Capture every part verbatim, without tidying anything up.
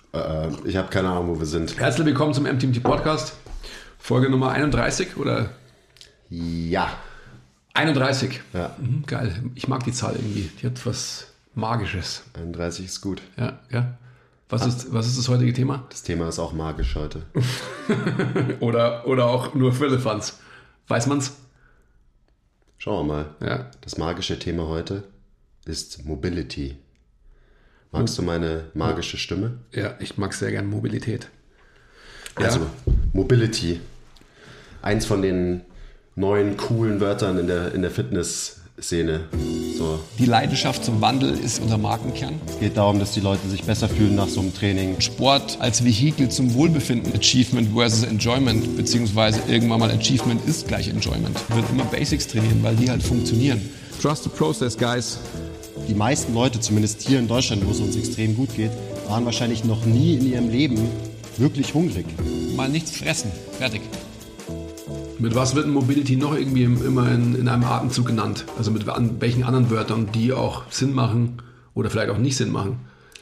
Äh, ich habe keine Ahnung, wo wir sind. Herzlich willkommen zum M T M T Podcast. Folge Nummer einunddreißig oder? Ja. einunddreißig. Ja. Mhm, geil. Ich mag die Zahl irgendwie. Die hat was Magisches. einunddreißig ist gut. Ja, ja. Was ist, was ist das heutige Thema? Das Thema ist auch magisch heute. oder, oder auch nur für Firlefanz. Weiß man's? Schauen wir mal. Ja. Das magische Thema heute ist Mobility. Magst du meine magische Stimme? Ja, ich mag sehr gern Mobilität. Also, Ja. Mobility. Eins von den neuen, coolen Wörtern in der, in der Fitnessszene. So. Die Leidenschaft zum Wandel ist unser Markenkern. Es geht darum, dass die Leute sich besser fühlen nach so einem Training. Sport als Vehikel zum Wohlbefinden. Achievement versus Enjoyment, beziehungsweise irgendwann mal Achievement ist gleich Enjoyment. Ich würde immer Basics trainieren, weil die halt funktionieren. Trust the process, guys. Die meisten Leute, zumindest hier in Deutschland, wo es uns extrem gut geht, waren wahrscheinlich noch nie in ihrem Leben wirklich hungrig. Mal nichts fressen. Fertig. Mit was wird Mobility noch irgendwie immer in, in einem Atemzug genannt? Also mit an welchen anderen Wörtern, die auch Sinn machen oder vielleicht auch nicht Sinn machen?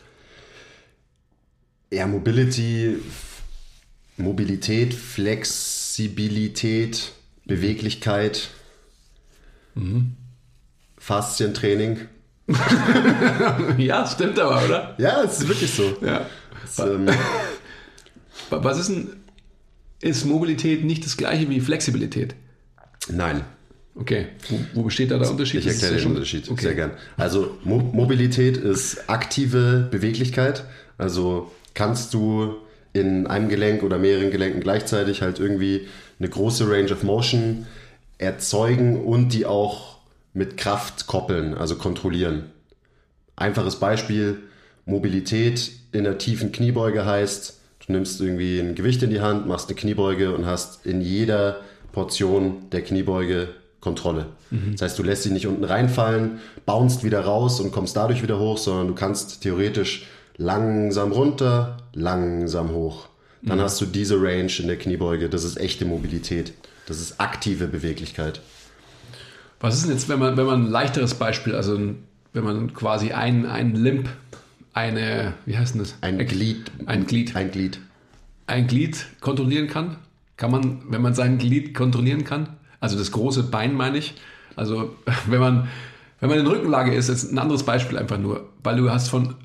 Ja, Mobility, Mobilität, Flexibilität, Beweglichkeit, mhm. Faszientraining. Ja, stimmt aber, oder? Ja, es ist wirklich so. Ja. Das, ähm, Was ist denn, ist Mobilität nicht das gleiche wie Flexibilität? Nein. Okay, wo, wo besteht da der Unterschied? Ich erkläre ja den schon... Unterschied okay. sehr gern. Also Mo- Mobilität ist aktive Beweglichkeit. Also kannst du in einem Gelenk oder mehreren Gelenken gleichzeitig halt irgendwie eine große Range of Motion erzeugen und die auch mit Kraft koppeln, also kontrollieren. Einfaches Beispiel, Mobilität in der tiefen Kniebeuge heißt, du nimmst irgendwie ein Gewicht in die Hand, machst eine Kniebeuge und hast in jeder Portion der Kniebeuge Kontrolle. Mhm. Das heißt, du lässt dich nicht unten reinfallen, bounst wieder raus und kommst dadurch wieder hoch, sondern du kannst theoretisch langsam runter, langsam hoch. Dann mhm. hast du diese Range in der Kniebeuge. Das ist echte Mobilität. Das ist aktive Beweglichkeit. Was ist denn jetzt, wenn man, wenn man ein leichteres Beispiel, also wenn man quasi ein, ein Limb, eine, wie heißt denn das? Ein Glied. Ein Glied. Ein Glied. Ein Glied kontrollieren kann? Kann man, wenn man sein Glied kontrollieren kann? Also das große Bein meine ich. Also wenn man, wenn man in Rückenlage ist, ist ein anderes Beispiel einfach nur, weil du hast von,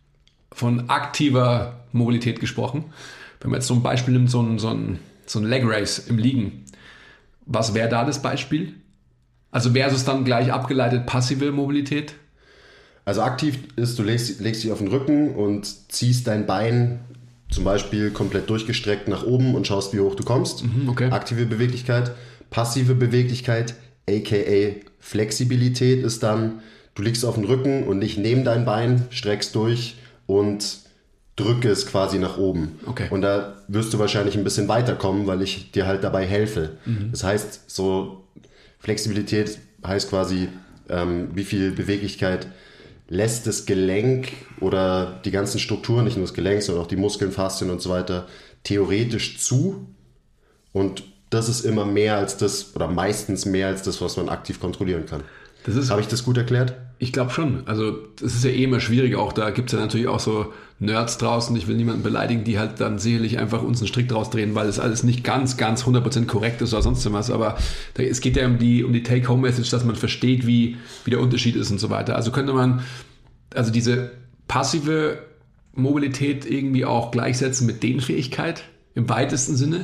von aktiver Mobilität gesprochen. Wenn man jetzt so ein Beispiel nimmt, so ein, so ein, so ein Leg Race im Liegen, was wäre da das Beispiel? Also versus dann gleich abgeleitet passive Mobilität? Also aktiv ist, du legst, legst dich auf den Rücken und ziehst dein Bein zum Beispiel komplett durchgestreckt nach oben und schaust, wie hoch du kommst. Mhm, okay. Aktive Beweglichkeit. Passive Beweglichkeit, aka Flexibilität, ist dann, du liegst auf dem Rücken und nicht neben dein Bein, streckst durch und drücke es quasi nach oben. Okay. Und da wirst du wahrscheinlich ein bisschen weiterkommen, weil ich dir halt dabei helfe. Mhm. Das heißt, so Flexibilität heißt quasi, ähm, wie viel Beweglichkeit lässt das Gelenk oder die ganzen Strukturen, nicht nur das Gelenk, sondern auch die Muskeln, Faszien und so weiter, theoretisch zu. Und das ist immer mehr als das, oder meistens mehr als das, was man aktiv kontrollieren kann. Das ist, Habe ich das gut erklärt? Ich glaube schon. Also das ist ja eh immer schwierig. Auch da gibt es ja natürlich auch so Nerds draußen, ich will niemanden beleidigen, die halt dann sicherlich einfach uns einen Strick draus drehen, weil das alles nicht ganz, ganz hundert Prozent korrekt ist oder sonst was. Aber da, es geht ja um die, um die Take-Home-Message, dass man versteht, wie, wie der Unterschied ist und so weiter. Also könnte man also diese passive Mobilität irgendwie auch gleichsetzen mit Dehnfähigkeit im weitesten Sinne?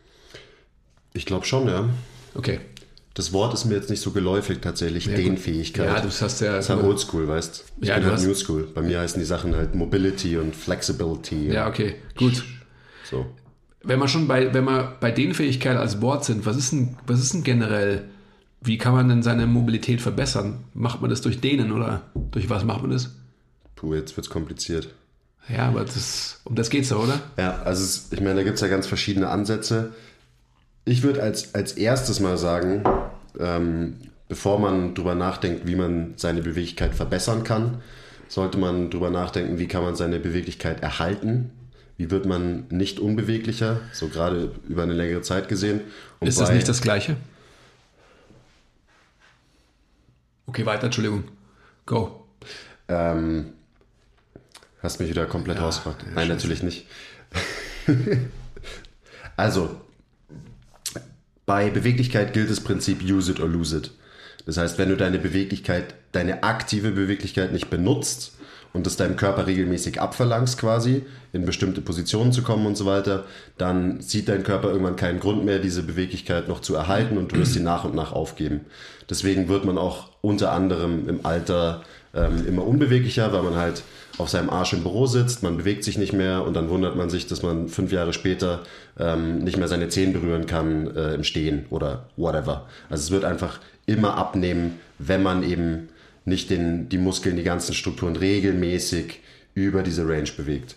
Ich glaube schon, ja. Okay. Das Wort ist mir jetzt nicht so geläufig tatsächlich, ja, Dehnfähigkeit. Ja, das hast ja... Das ist halt Oldschool, weißt du? Ich ja, bin du halt hast... New School. Bei mir heißen die Sachen halt Mobility und Flexibility. Ja, okay, gut. So. Wenn wir schon bei, wenn wir bei Dehnfähigkeit als Wort sind, was ist denn, was ist denn generell, wie kann man denn seine Mobilität verbessern? Macht man das durch Dehnen oder durch was macht man das? Puh, jetzt wird's kompliziert. Ja, aber das, um das geht's doch, oder? Ja, also es, ich meine, da gibt's ja ganz verschiedene Ansätze. Ich würde als, als erstes mal sagen, ähm, bevor man drüber nachdenkt, wie man seine Beweglichkeit verbessern kann, sollte man drüber nachdenken, wie kann man seine Beweglichkeit erhalten. Wie wird man nicht unbeweglicher, so gerade über eine längere Zeit gesehen. Und ist das nicht das Gleiche? Okay, weiter, Entschuldigung. Go. Ähm, Hast mich wieder komplett Ja, rausgebracht. ja, Nein, scheiße. natürlich nicht. Also, bei Beweglichkeit gilt das Prinzip use it or lose it. Das heißt, wenn du deine Beweglichkeit, deine aktive Beweglichkeit nicht benutzt und es deinem Körper regelmäßig abverlangst quasi, in bestimmte Positionen zu kommen und so weiter, dann sieht dein Körper irgendwann keinen Grund mehr, diese Beweglichkeit noch zu erhalten und du wirst sie nach und nach aufgeben. Deswegen wird man auch unter anderem im Alter ähm, immer unbeweglicher, weil man halt auf seinem Arsch im Büro sitzt, man bewegt sich nicht mehr und dann wundert man sich, dass man fünf Jahre später ähm, nicht mehr seine Zehen berühren kann äh, im Stehen oder whatever. Also es wird einfach immer abnehmen, wenn man eben nicht den, die Muskeln, die ganzen Strukturen regelmäßig über diese Range bewegt.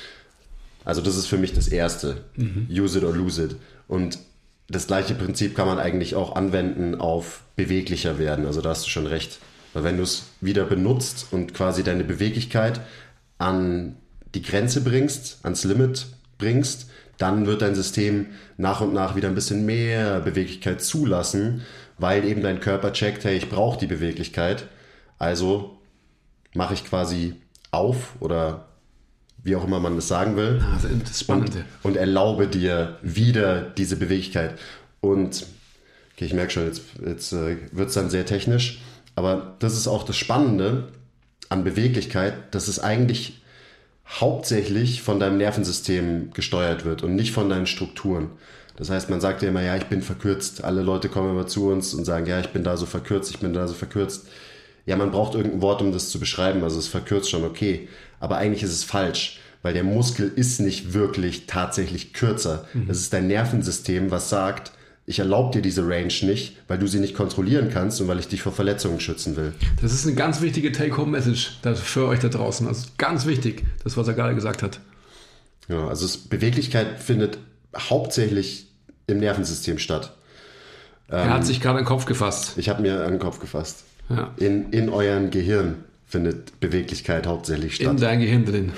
Also das ist für mich das Erste. Mhm. Use it or lose it. Und das gleiche Prinzip kann man eigentlich auch anwenden auf beweglicher werden. Also da hast du schon recht. Weil wenn du es wieder benutzt und quasi deine Beweglichkeit an die Grenze bringst, ans Limit bringst, dann wird dein System nach und nach wieder ein bisschen mehr Beweglichkeit zulassen, weil eben dein Körper checkt, hey, ich brauche die Beweglichkeit, also mache ich quasi auf oder wie auch immer man das sagen will. Ah, das ist spannend. Und, und erlaube dir wieder diese Beweglichkeit. Und okay, ich merke schon, jetzt, jetzt äh, wird es dann sehr technisch, aber das ist auch das Spannende an Beweglichkeit, dass es eigentlich hauptsächlich von deinem Nervensystem gesteuert wird und nicht von deinen Strukturen. Das heißt, man sagt ja immer, ja, ich bin verkürzt. Alle Leute kommen immer zu uns und sagen, ja, ich bin da so verkürzt, ich bin da so verkürzt. Ja, man braucht irgendein Wort, um das zu beschreiben. Also es ist verkürzt schon okay. Aber eigentlich ist es falsch, weil der Muskel ist nicht wirklich tatsächlich kürzer. Mhm. Das ist dein Nervensystem, was sagt, ich erlaube dir diese Range nicht, weil du sie nicht kontrollieren kannst und weil ich dich vor Verletzungen schützen will. Das ist eine ganz wichtige Take-Home-Message für euch da draußen. Also ganz wichtig, das, was er gerade gesagt hat. Ja, also es, Beweglichkeit findet hauptsächlich im Nervensystem statt. Er ähm, hat sich gerade an den Kopf gefasst. Ich habe mir an den Kopf gefasst. Ja. In, in euren Gehirn findet Beweglichkeit hauptsächlich statt. In dein Gehirn drin.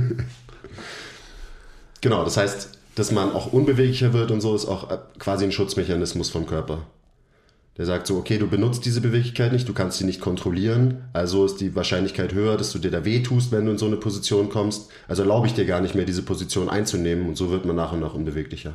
Genau, das heißt, dass man auch unbeweglicher wird und so, ist auch quasi ein Schutzmechanismus vom Körper. Der sagt so, okay, du benutzt diese Beweglichkeit nicht, du kannst sie nicht kontrollieren, also ist die Wahrscheinlichkeit höher, dass du dir da wehtust, wenn du in so eine Position kommst. Also erlaube ich dir gar nicht mehr, diese Position einzunehmen und so wird man nach und nach unbeweglicher.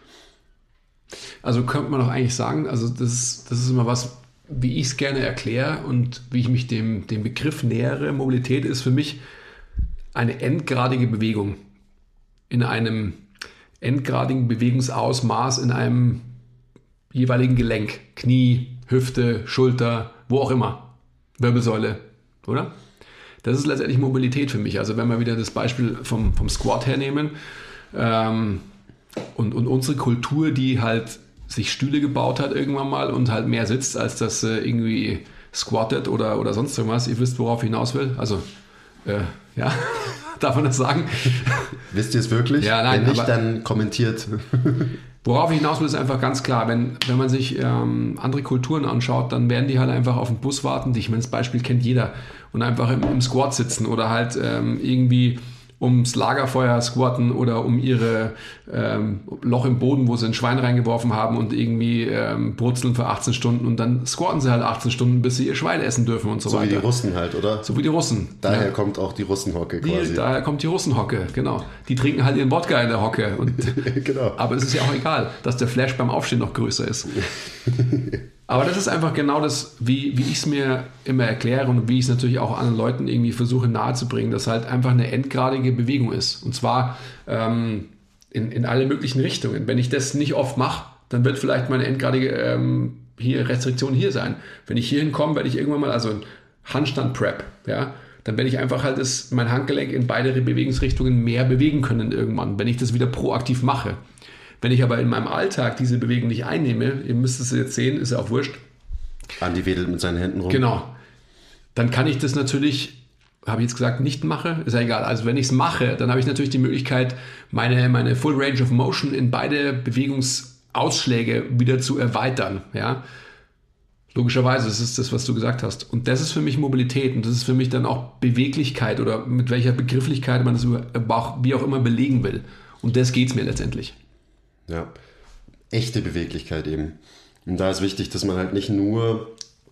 Also könnte man doch eigentlich sagen, also das ist, das ist immer was, wie ich es gerne erkläre und wie ich mich dem, dem Begriff nähere. Mobilität ist für mich eine endgradige Bewegung in einem endgradigen Bewegungsausmaß in einem jeweiligen Gelenk, Knie, Hüfte, Schulter, wo auch immer, Wirbelsäule, oder? Das ist letztendlich Mobilität für mich. Also wenn wir wieder das Beispiel vom, vom Squat hernehmen ähm, und, und unsere Kultur, die halt sich Stühle gebaut hat irgendwann mal und halt mehr sitzt, als das äh, irgendwie squattet oder, oder sonst irgendwas. Ihr wisst, worauf ich hinaus will. Also, äh, ja, darf man das sagen? Wisst ihr es wirklich? Ja, nein, wenn nicht, aber dann kommentiert. Worauf ich hinaus will, ist einfach ganz klar, wenn, wenn man sich ähm, andere Kulturen anschaut, dann werden die halt einfach auf den Bus warten. Ich meine, das Beispiel kennt jeder. Und einfach im, im Squat sitzen oder halt ähm, irgendwie ums Lagerfeuer squatten oder um ihre ähm, Loch im Boden, wo sie ein Schwein reingeworfen haben und irgendwie ähm, brutzeln für achtzehn Stunden und dann squatten sie halt achtzehn Stunden, bis sie ihr Schwein essen dürfen und so, so weiter. So wie die Russen halt, oder? So wie die Russen. Daher ja. kommt auch die Russenhocke die, quasi. Daher kommt die Russenhocke, genau. Die trinken halt ihren Wodka in der Hocke. Und, genau. Aber es ist ja auch egal, dass der Flash beim Aufstehen noch größer ist. Aber das ist einfach genau das, wie, wie ich es mir immer erkläre und wie ich es natürlich auch anderen Leuten irgendwie versuche nahezubringen, dass halt einfach eine endgradige Bewegung ist. Und zwar ähm, in, in alle möglichen Richtungen. Wenn ich das nicht oft mache, dann wird vielleicht meine endgradige ähm, hier Restriktion hier sein. Wenn ich hier hinkomme, werde ich irgendwann mal, also ein Handstand-Prep, ja, dann werde ich einfach halt das, mein Handgelenk in beide Bewegungsrichtungen mehr bewegen können irgendwann, wenn ich das wieder proaktiv mache. Wenn ich aber in meinem Alltag diese Bewegung nicht einnehme, ihr müsst es jetzt sehen, ist ja auch wurscht. Andi wedelt mit seinen Händen rum. Genau. Dann kann ich das natürlich, habe ich jetzt gesagt, nicht mache, ist ja egal. Also wenn ich es mache, dann habe ich natürlich die Möglichkeit, meine, meine Full Range of Motion in beide Bewegungsausschläge wieder zu erweitern. Ja? Logischerweise, das ist das, was du gesagt hast. Und das ist für mich Mobilität und das ist für mich dann auch Beweglichkeit oder mit welcher Begrifflichkeit man das wie auch immer belegen will. Und das geht es mir letztendlich. Ja, echte Beweglichkeit eben. Und da ist wichtig, dass man halt nicht nur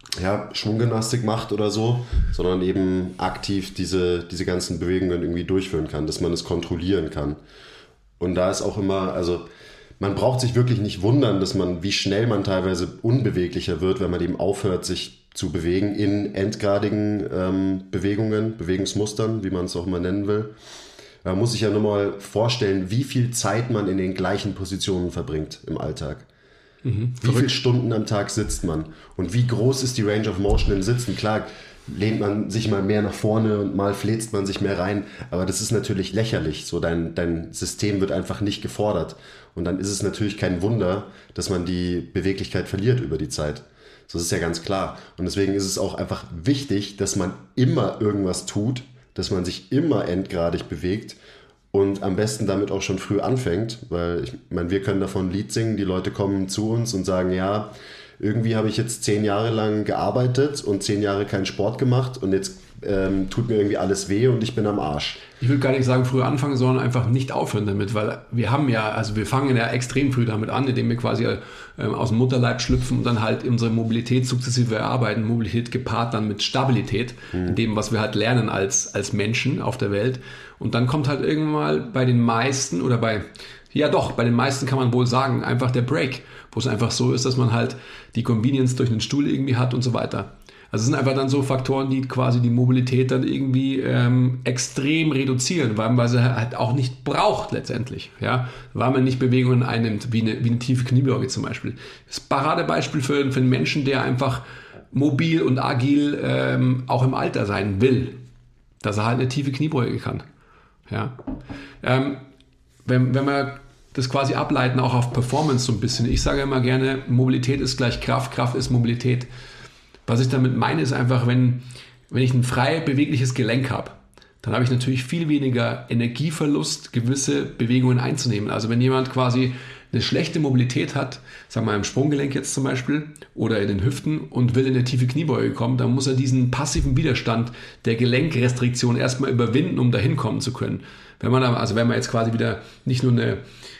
ja, Schwunggymnastik macht oder so, sondern eben aktiv diese, diese ganzen Bewegungen irgendwie durchführen kann, dass man es kontrollieren kann. Und da ist auch immer, also man braucht sich wirklich nicht wundern, dass man, wie schnell man teilweise unbeweglicher wird, wenn man eben aufhört, sich zu bewegen in endgradigen ähm, Bewegungen, Bewegungsmustern, wie man es auch mal nennen will. Man muss sich ja nur mal vorstellen, wie viel Zeit man in den gleichen Positionen verbringt im Alltag. Mhm, wie viele Stunden am Tag sitzt man? Und wie groß ist die Range of Motion im Sitzen? Klar, lehnt man sich mal mehr nach vorne und mal fläzt man sich mehr rein, aber das ist natürlich lächerlich. So dein, dein System wird einfach nicht gefordert. Und dann ist es natürlich kein Wunder, dass man die Beweglichkeit verliert über die Zeit. So, das ist ja ganz klar. Und deswegen ist es auch einfach wichtig, dass man immer irgendwas tut, dass man sich immer endgradig bewegt und am besten damit auch schon früh anfängt, weil ich meine, wir können davon ein Lied singen, die Leute kommen zu uns und sagen, ja, irgendwie habe ich jetzt zehn Jahre lang gearbeitet und zehn Jahre keinen Sport gemacht und jetzt ähm, tut mir irgendwie alles weh und ich bin am Arsch. Ich will gar nicht sagen früh anfangen, sondern einfach nicht aufhören damit, weil wir haben ja, also wir fangen ja extrem früh damit an, indem wir quasi ähm, aus dem Mutterleib schlüpfen und dann halt unsere Mobilität sukzessive erarbeiten, Mobilität gepaart dann mit Stabilität, mhm. in dem, was wir halt lernen als, als Menschen auf der Welt. Und dann kommt halt irgendwann mal bei den meisten oder bei, ja doch, bei den meisten kann man wohl sagen, einfach der Break, wo es einfach so ist, dass man halt die Convenience durch einen Stuhl irgendwie hat und so weiter. Also es sind einfach dann so Faktoren, die quasi die Mobilität dann irgendwie ähm, extrem reduzieren, weil man sie halt auch nicht braucht letztendlich, ja, weil man nicht Bewegungen einnimmt, wie eine, wie eine tiefe Kniebeuge zum Beispiel. Das ist ein Paradebeispiel für, für einen Menschen, der einfach mobil und agil ähm, auch im Alter sein will, dass er halt eine tiefe Kniebeuge kann. Ja. Ähm, wenn, wenn wir das quasi ableiten, auch auf Performance so ein bisschen. Ich sage immer gerne, Mobilität ist gleich Kraft, Kraft ist Mobilität. Was ich damit meine, ist einfach, wenn, wenn ich ein frei bewegliches Gelenk habe, dann habe ich natürlich viel weniger Energieverlust, gewisse Bewegungen einzunehmen. Also wenn jemand quasi eine schlechte Mobilität hat, sagen wir mal im Sprunggelenk jetzt zum Beispiel oder in den Hüften und will in eine tiefe Kniebeuge kommen, dann muss er diesen passiven Widerstand der Gelenkrestriktion erstmal überwinden, um dahin kommen zu können. Wenn man, also wenn man jetzt quasi wieder nicht nur eine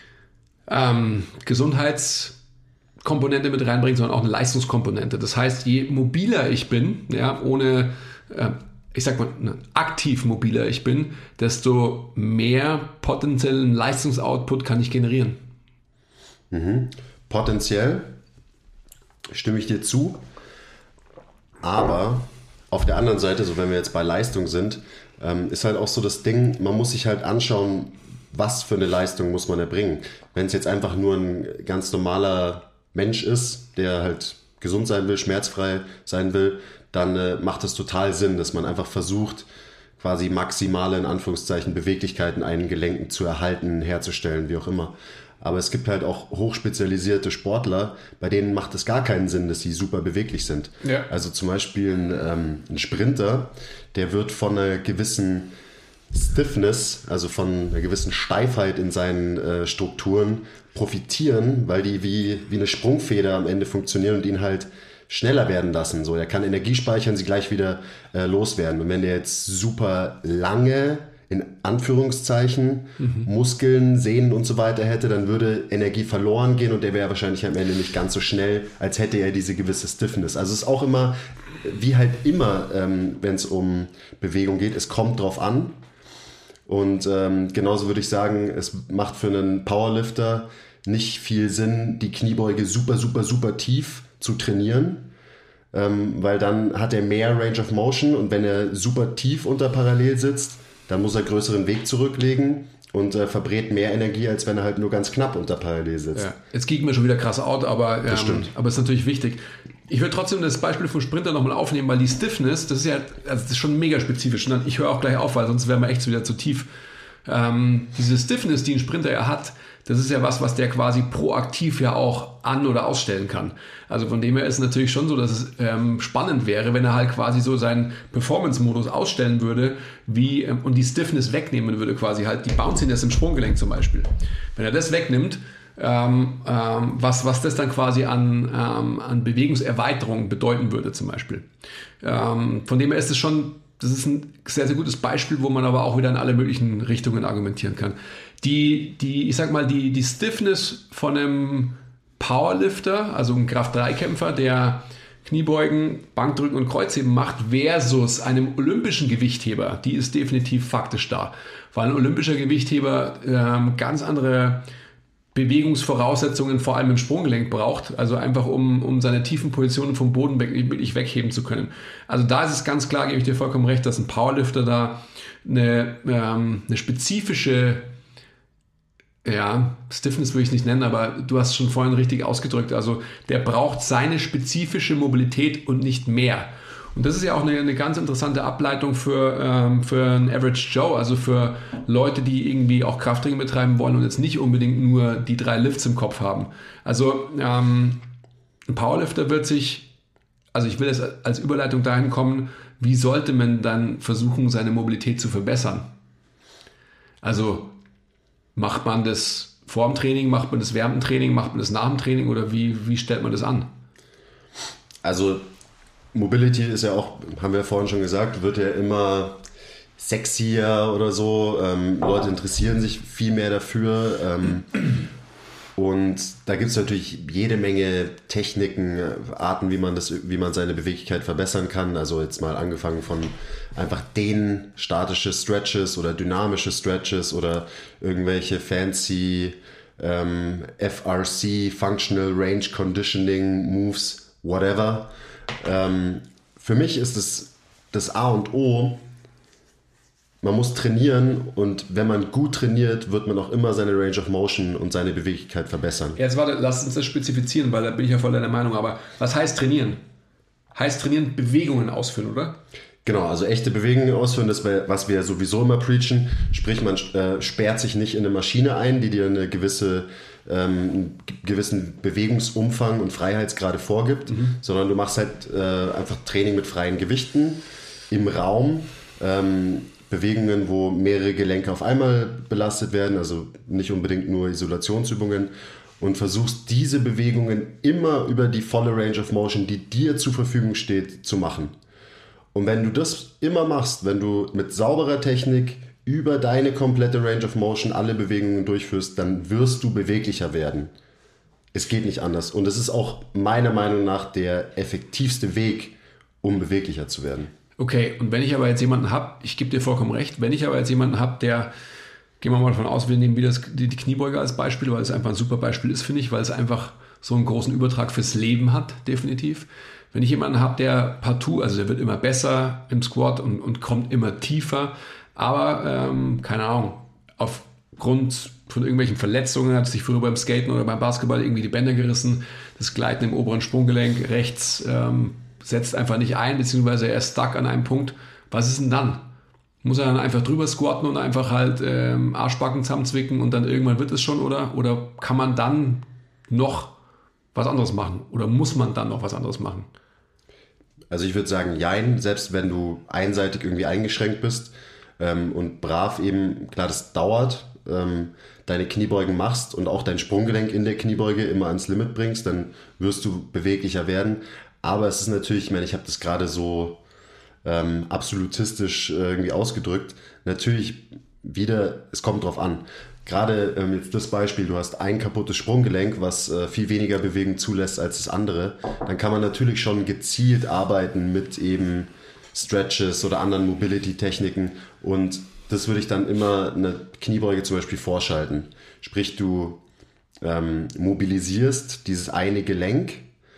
ähm, Gesundheits- Komponente mit reinbringen, sondern auch eine Leistungskomponente. Das heißt, je mobiler ich bin, ja, ohne, äh, ich sag mal, ne, aktiv mobiler ich bin, desto mehr potenziellen Leistungsoutput kann ich generieren. Mhm. Potenziell stimme ich dir zu, aber auf der anderen Seite, so wenn wir jetzt bei Leistung sind, ähm, ist halt auch so das Ding, man muss sich halt anschauen, was für eine Leistung muss man erbringen. Wenn es jetzt einfach nur ein ganz normaler Mensch ist, der halt gesund sein will, schmerzfrei sein will, dann äh, macht es total Sinn, dass man einfach versucht, quasi maximale, in Anführungszeichen, Beweglichkeiten einen Gelenken zu erhalten, herzustellen, wie auch immer. Aber es gibt halt auch hochspezialisierte Sportler, bei denen macht es gar keinen Sinn, dass sie super beweglich sind. Ja. Also zum Beispiel ein, ähm, ein Sprinter, der wird von einer gewissen Stiffness, also von einer gewissen Steifheit in seinen äh, Strukturen profitieren, weil die wie, wie eine Sprungfeder am Ende funktionieren und ihn halt schneller werden lassen. So, er kann Energie speichern, sie gleich wieder äh, loswerden. Und wenn der jetzt super lange, in Anführungszeichen, mhm. Muskeln, Sehnen und so weiter hätte, dann würde Energie verloren gehen und der wäre wahrscheinlich am Ende nicht ganz so schnell, als hätte er diese gewisse Stiffness. Also es ist auch immer, wie halt immer, ähm, wenn es um Bewegung geht, es kommt drauf an. Und ähm, genauso würde ich sagen, es macht für einen Powerlifter nicht viel Sinn, die Kniebeuge super, super, super tief zu trainieren, ähm, weil dann hat er mehr Range of Motion und wenn er super tief unter Parallel sitzt, dann muss er größeren Weg zurücklegen und äh, verbrät mehr Energie, als wenn er halt nur ganz knapp unter Parallel sitzt. Ja. Jetzt geek mir schon wieder krass out, aber ähm, das stimmt. Aber es ist natürlich wichtig. Ich würde trotzdem das Beispiel vom Sprinter nochmal aufnehmen, weil die Stiffness, das ist ja, also das ist schon mega spezifisch. Und ich höre auch gleich auf, weil sonst wären wir echt wieder zu tief. Ähm, diese Stiffness, die ein Sprinter ja hat, das ist ja was, was der quasi proaktiv ja auch an- oder ausstellen kann. Also von dem her ist es natürlich schon so, dass es ähm, spannend wäre, wenn er halt quasi so seinen Performance-Modus ausstellen würde wie ähm, und die Stiffness wegnehmen würde, quasi halt die Bounciness im Sprunggelenk zum Beispiel. Wenn er das wegnimmt, ähm, ähm, was, was das dann quasi an, ähm, an Bewegungserweiterung bedeuten würde zum Beispiel. Ähm, von dem her ist es schon, das ist ein sehr, sehr gutes Beispiel, wo man aber auch wieder in alle möglichen Richtungen argumentieren kann. Die, die, ich sag mal, die, die Stiffness von einem Powerlifter, also ein Kraft drei Kämpfer, der Kniebeugen, Bankdrücken und Kreuzheben macht versus einem olympischen Gewichtheber, die ist definitiv faktisch da. Weil ein olympischer Gewichtheber ähm, ganz andere Bewegungsvoraussetzungen, vor allem im Sprunggelenk braucht, also einfach um, um seine tiefen Positionen vom Boden weg, wirklich wegheben zu können. Also da ist es ganz klar, gebe ich dir vollkommen recht, dass ein Powerlifter da eine, ähm, eine spezifische, ja, Stiffness würde ich es nicht nennen, aber du hast es schon vorhin richtig ausgedrückt, also der braucht seine spezifische Mobilität und nicht mehr. Und das ist ja auch eine, eine ganz interessante Ableitung für, ähm, für einen Average Joe, also für Leute, die irgendwie auch Krafttraining betreiben wollen und jetzt nicht unbedingt nur die drei Lifts im Kopf haben. Also ähm, ein Powerlifter wird sich, also ich will jetzt als Überleitung dahin kommen, wie sollte man dann versuchen, seine Mobilität zu verbessern? Also macht man das vor dem Training, macht man das während dem Training, macht man das nach dem Training oder wie, wie stellt man das an? Also Mobility ist ja auch, haben wir vorhin schon gesagt, wird ja immer sexier oder so. Ähm, Leute interessieren sich viel mehr dafür. Ähm, und da gibt es natürlich jede Menge Techniken, Arten, wie man, das, wie man seine Beweglichkeit verbessern kann. Also jetzt mal angefangen von einfach den statische Stretches oder dynamische Stretches oder irgendwelche fancy ähm, F R C, Functional Range Conditioning Moves, whatever. Ähm, für mich ist es das A und O, man muss trainieren und wenn man gut trainiert, wird man auch immer seine Range of Motion und seine Beweglichkeit verbessern. Jetzt warte, lass uns das spezifizieren, weil da bin ich ja voll deiner Meinung, aber was heißt trainieren? Heißt trainieren Bewegungen ausführen, oder? Genau, also echte Bewegungen ausführen, das wär, was wir sowieso immer preachen, sprich man äh, sperrt sich nicht in eine Maschine ein, die dir eine gewisse ähm, gewissen Bewegungsumfang und Freiheitsgrade vorgibt, mhm. sondern du machst halt äh, einfach Training mit freien Gewichten im Raum, ähm, Bewegungen, wo mehrere Gelenke auf einmal belastet werden, also nicht unbedingt nur Isolationsübungen und versuchst diese Bewegungen immer über die volle Range of Motion, die dir zur Verfügung steht, zu machen. Und wenn du das immer machst, wenn du mit sauberer Technik über deine komplette Range of Motion alle Bewegungen durchführst, dann wirst du beweglicher werden. Es geht nicht anders. Und es ist auch meiner Meinung nach der effektivste Weg, um beweglicher zu werden. Okay, und wenn ich aber jetzt jemanden habe, ich gebe dir vollkommen recht, wenn ich aber jetzt jemanden habe, der, gehen wir mal davon aus, wir nehmen wieder das, die, die Kniebeuge als Beispiel, weil es einfach ein super Beispiel ist, finde ich, weil es einfach so einen großen Übertrag fürs Leben hat, definitiv. Wenn ich jemanden habe, der partout, also der wird immer besser im Squat und, und kommt immer tiefer, aber, ähm, keine Ahnung, aufgrund von irgendwelchen Verletzungen hat sich früher beim Skaten oder beim Basketball irgendwie die Bänder gerissen, das Gleiten im oberen Sprunggelenk rechts ähm, setzt einfach nicht ein, beziehungsweise er ist stuck an einem Punkt. Was ist denn dann? Muss er dann einfach drüber squatten und einfach halt ähm, Arschbacken zusammenzwicken und dann irgendwann wird es schon, oder? Oder kann man dann noch was anderes machen? Oder muss man dann noch was anderes machen? Also ich würde sagen, jein, selbst wenn du einseitig irgendwie eingeschränkt bist ähm, und brav eben, klar, das dauert, ähm, deine Kniebeugen machst und auch dein Sprunggelenk in der Kniebeuge immer ans Limit bringst, dann wirst du beweglicher werden. Aber es ist natürlich, ich meine, ich habe das gerade so ähm, absolutistisch äh, irgendwie ausgedrückt, natürlich wieder, es kommt drauf an. Gerade ähm, jetzt das Beispiel, du hast ein kaputtes Sprunggelenk, was äh, viel weniger Bewegung zulässt als das andere, dann kann man natürlich schon gezielt arbeiten mit eben Stretches oder anderen Mobility-Techniken und das würde ich dann immer eine Kniebeuge zum Beispiel vorschalten. Sprich, du ähm, mobilisierst dieses eine Gelenk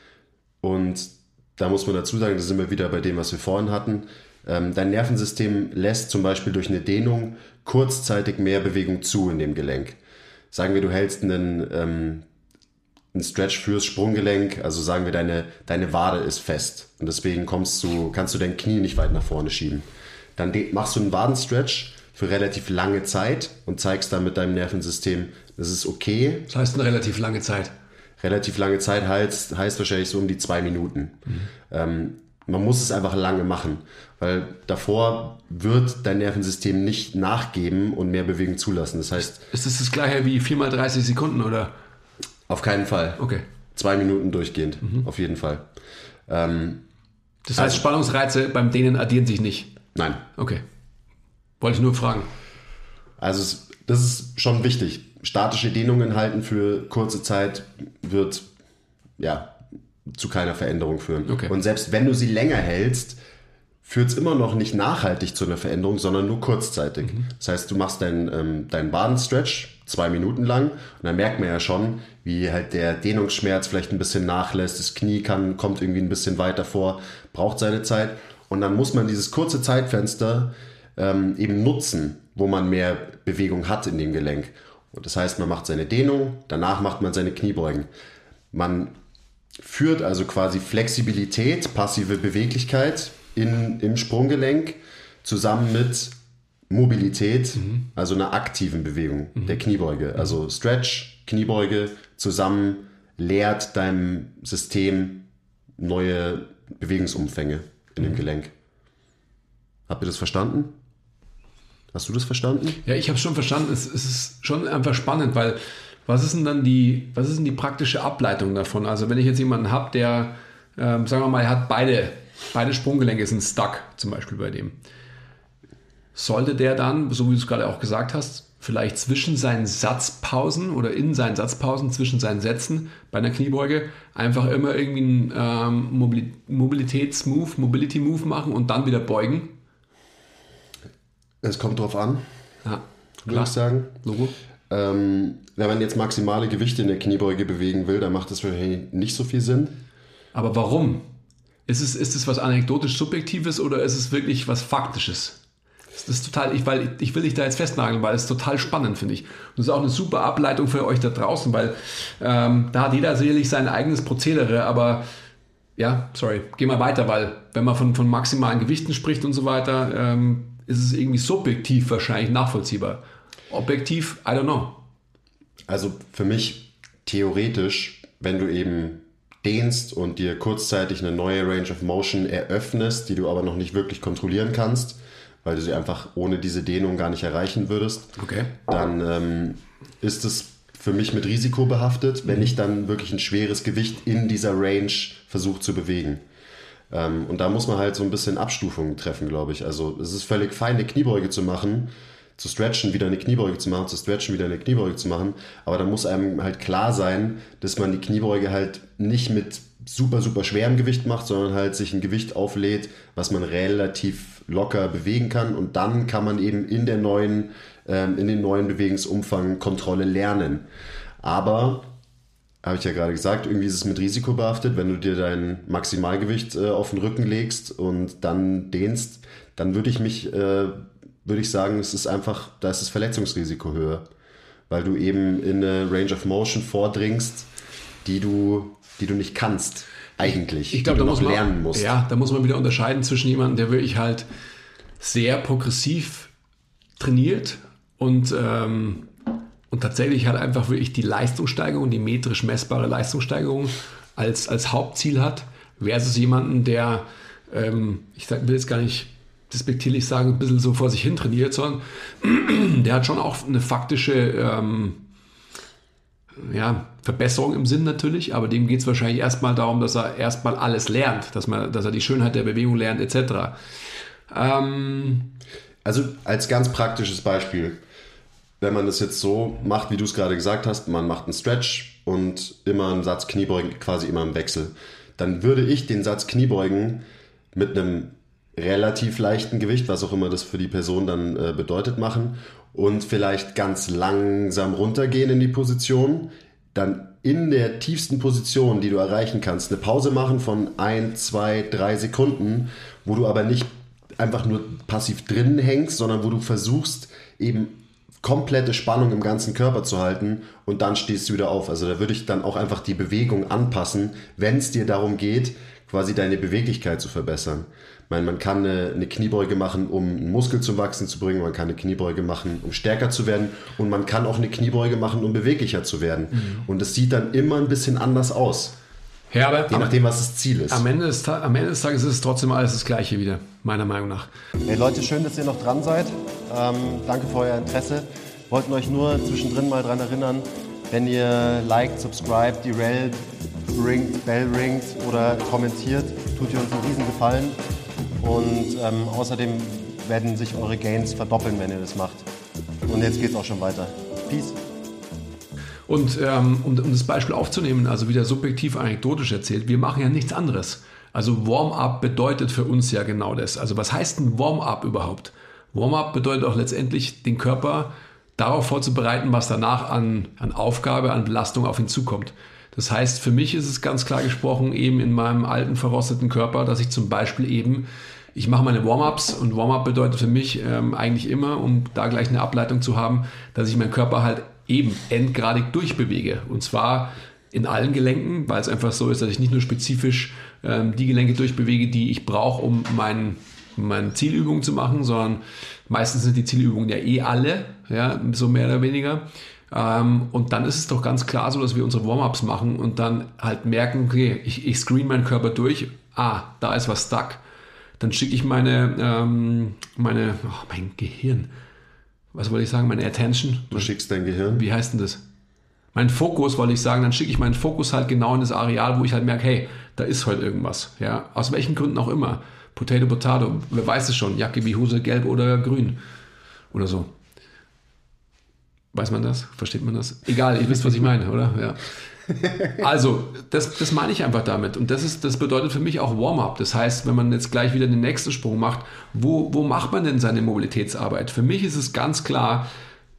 und da muss man dazu sagen, da sind wir wieder bei dem, was wir vorhin hatten, ähm, dein Nervensystem lässt zum Beispiel durch eine Dehnung kurzzeitig mehr Bewegung zu in dem Gelenk. Sagen wir, du hältst einen, ähm, einen Stretch fürs Sprunggelenk, also sagen wir, deine, deine Wade ist fest und deswegen kommst du, kannst du dein Knie nicht weit nach vorne schieben. Dann de- machst du einen Wadenstretch für relativ lange Zeit und zeigst dann mit deinem Nervensystem, das ist okay. Das heißt eine relativ lange Zeit. Relativ lange Zeit heißt, heißt wahrscheinlich so um die zwei Minuten. Mhm. Ähm, man muss es einfach lange machen, weil davor wird dein Nervensystem nicht nachgeben und mehr Bewegung zulassen. Das heißt, ist das das gleiche wie vier mal dreißig Sekunden, oder? Auf keinen Fall. Okay. Zwei Minuten durchgehend, mhm. auf jeden Fall. Ähm, das heißt, also, Spannungsreize beim Dehnen addieren sich nicht? Nein. Okay. Wollte ich nur fragen. Also es, das ist schon wichtig. Statische Dehnungen halten für kurze Zeit wird, ja, zu keiner Veränderung führen. Okay. Und selbst wenn du sie länger hältst, führt es immer noch nicht nachhaltig zu einer Veränderung, sondern nur kurzzeitig. Mhm. Das heißt, du machst deinen ähm, dein Wadenstretch zwei Minuten lang und dann merkt man ja schon, wie halt der Dehnungsschmerz vielleicht ein bisschen nachlässt, das Knie kann, kommt irgendwie ein bisschen weiter vor, braucht seine Zeit und dann muss man dieses kurze Zeitfenster ähm, eben nutzen, wo man mehr Bewegung hat in dem Gelenk. Und das heißt, man macht seine Dehnung, danach macht man seine Kniebeugen. Man führt also quasi Flexibilität, passive Beweglichkeit in, im Sprunggelenk zusammen mit Mobilität, mhm. also einer aktiven Bewegung mhm. der Kniebeuge. Also Stretch, Kniebeuge zusammen lehrt deinem System neue Bewegungsumfänge in mhm. dem Gelenk. Habt ihr das verstanden? Hast du das verstanden? Ja, ich habe es schon verstanden. Es, es ist schon einfach spannend, weil was ist denn dann die, was ist denn die praktische Ableitung davon? Also wenn ich jetzt jemanden habe, der, ähm, sagen wir mal, er hat beide, beide Sprunggelenke sind stuck, zum Beispiel bei dem. Sollte der dann, so wie du es gerade auch gesagt hast, vielleicht zwischen seinen Satzpausen oder in seinen Satzpausen, zwischen seinen Sätzen bei einer Kniebeuge einfach immer irgendwie einen ähm, Mobilitätsmove, Mobility-Move machen und dann wieder beugen? Es kommt drauf an, ja, würde ich sagen. Logo. Ähm, wenn man jetzt maximale Gewichte in der Kniebeuge bewegen will, dann macht das wahrscheinlich nicht so viel Sinn. Aber warum? Ist es, ist es was anekdotisch Subjektives oder ist es wirklich was Faktisches? Das ist total, ich, weil ich will dich da jetzt festnageln, weil es total spannend, finde ich. Und das ist auch eine super Ableitung für euch da draußen, weil ähm, da hat jeder sicherlich sein eigenes Prozedere, aber ja, sorry, geh mal weiter, weil wenn man von, von maximalen Gewichten spricht und so weiter, ähm, ist es irgendwie subjektiv wahrscheinlich nachvollziehbar. Objektiv, I don't know. Also für mich theoretisch, wenn du eben dehnst und dir kurzzeitig eine neue Range of Motion eröffnest, die du aber noch nicht wirklich kontrollieren kannst, weil du sie einfach ohne diese Dehnung gar nicht erreichen würdest, okay. dann ähm, ist es für mich mit Risiko behaftet, wenn ich dann wirklich ein schweres Gewicht in dieser Range versuche zu bewegen. Ähm, und da muss man halt so ein bisschen Abstufungen treffen, glaube ich. Also es ist völlig fein, eine Kniebeuge zu machen, zu stretchen, wieder eine Kniebeuge zu machen, zu stretchen, wieder eine Kniebeuge zu machen. Aber da muss einem halt klar sein, dass man die Kniebeuge halt nicht mit super, super schwerem Gewicht macht, sondern halt sich ein Gewicht auflädt, was man relativ locker bewegen kann. Und dann kann man eben in der neuen, ähm, in den neuen Bewegungsumfang Kontrolle lernen. Aber, habe ich ja gerade gesagt, irgendwie ist es mit Risiko behaftet. Wenn du dir dein Maximalgewicht äh, auf den Rücken legst und dann dehnst, dann würde ich mich... Äh, würde ich sagen, es ist einfach, da ist das Verletzungsrisiko höher, weil du eben in eine Range of Motion vordringst, die du, die du nicht kannst, eigentlich, ich glaube, die du da noch muss man, lernen musst. Ja, da muss man wieder unterscheiden zwischen jemandem, der wirklich halt sehr progressiv trainiert und, ähm, und tatsächlich halt einfach wirklich die Leistungssteigerung, die metrisch messbare Leistungssteigerung als, als Hauptziel hat, versus jemanden, der, ähm, ich will jetzt gar nicht despektierlich sagen, ein bisschen so vor sich hin trainiert, sondern der hat schon auch eine faktische ähm, ja, Verbesserung im Sinn natürlich, aber dem geht es wahrscheinlich erstmal darum, dass er erstmal alles lernt, dass, man, dass er die Schönheit der Bewegung lernt, et cetera. Ähm, also als ganz praktisches Beispiel, wenn man das jetzt so macht, wie du es gerade gesagt hast, man macht einen Stretch und immer einen Satz Kniebeugen, quasi immer im Wechsel, dann würde ich den Satz Kniebeugen mit einem relativ leichten Gewicht, was auch immer das für die Person dann äh, bedeutet, machen und vielleicht ganz langsam runtergehen in die Position, dann in der tiefsten Position, die du erreichen kannst, eine Pause machen von ein, zwei, drei Sekunden, wo du aber nicht einfach nur passiv drinnen hängst, sondern wo du versuchst, eben komplette Spannung im ganzen Körper zu halten und dann stehst du wieder auf. Also da würde ich dann auch einfach die Bewegung anpassen, wenn es dir darum geht, quasi deine Beweglichkeit zu verbessern. Ich meine, man kann eine, eine Kniebeuge machen, um einen Muskel zum Wachsen zu bringen, man kann eine Kniebeuge machen, um stärker zu werden und man kann auch eine Kniebeuge machen, um beweglicher zu werden. Mhm. Und es sieht dann immer ein bisschen anders aus. Ja, aber je nachdem, was das Ziel ist. Am Ende des, am Ende des Tages ist es trotzdem alles das Gleiche wieder, meiner Meinung nach. Hey Leute, schön, dass ihr noch dran seid. Ähm, danke für euer Interesse. Wollten euch nur zwischendrin mal dran erinnern, wenn ihr liked, subscribt, die Rel ringt, Bell ringt oder kommentiert, tut ihr uns einen riesen Gefallen. Und ähm, außerdem werden sich eure Gains verdoppeln, wenn ihr das macht. Und jetzt geht's auch schon weiter. Peace. Und ähm, um, um das Beispiel aufzunehmen, also wieder subjektiv anekdotisch erzählt, wir machen ja nichts anderes. Also Warm-up bedeutet für uns ja genau das. Also was heißt ein Warm-up überhaupt? Warm-up bedeutet auch letztendlich, den Körper darauf vorzubereiten, was danach an, an Aufgabe, an Belastung auf ihn zukommt. Das heißt, für mich ist es ganz klar gesprochen, eben in meinem alten, verrosteten Körper, dass ich zum Beispiel eben, ich mache meine Warm-ups und Warm-up bedeutet für mich ähm, eigentlich immer, um da gleich eine Ableitung zu haben, dass ich meinen Körper halt eben endgradig durchbewege. Und zwar in allen Gelenken, weil es einfach so ist, dass ich nicht nur spezifisch ähm, die Gelenke durchbewege, die ich brauche, um mein, meine Zielübungen zu machen, sondern meistens sind die Zielübungen ja eh alle, ja, so mehr oder weniger. Ähm, und dann ist es doch ganz klar so, dass wir unsere Warm-ups machen und dann halt merken, okay, ich, ich screen meinen Körper durch, ah, da ist was stuck. Dann schicke ich meine, ähm, meine, oh, mein Gehirn, was wollte ich sagen, meine Attention. Du schickst dein Gehirn? Wie heißt denn das? Mein Fokus, wollte ich sagen, dann schicke ich meinen Fokus halt genau in das Areal, wo ich halt merke, hey, da ist heute irgendwas. Ja, aus welchen Gründen auch immer. Potato, Potato, wer weiß es schon, Jacke wie Hose, gelb oder grün oder so. Weiß man das? Versteht man das? Egal, ihr wisst, was ich meine, oder? Ja. Also, das, das meine ich einfach damit. Und das, ist, das bedeutet für mich auch Warm-up. Das heißt, wenn man jetzt gleich wieder den nächsten Sprung macht, wo, wo macht man denn seine Mobilitätsarbeit? Für mich ist es ganz klar,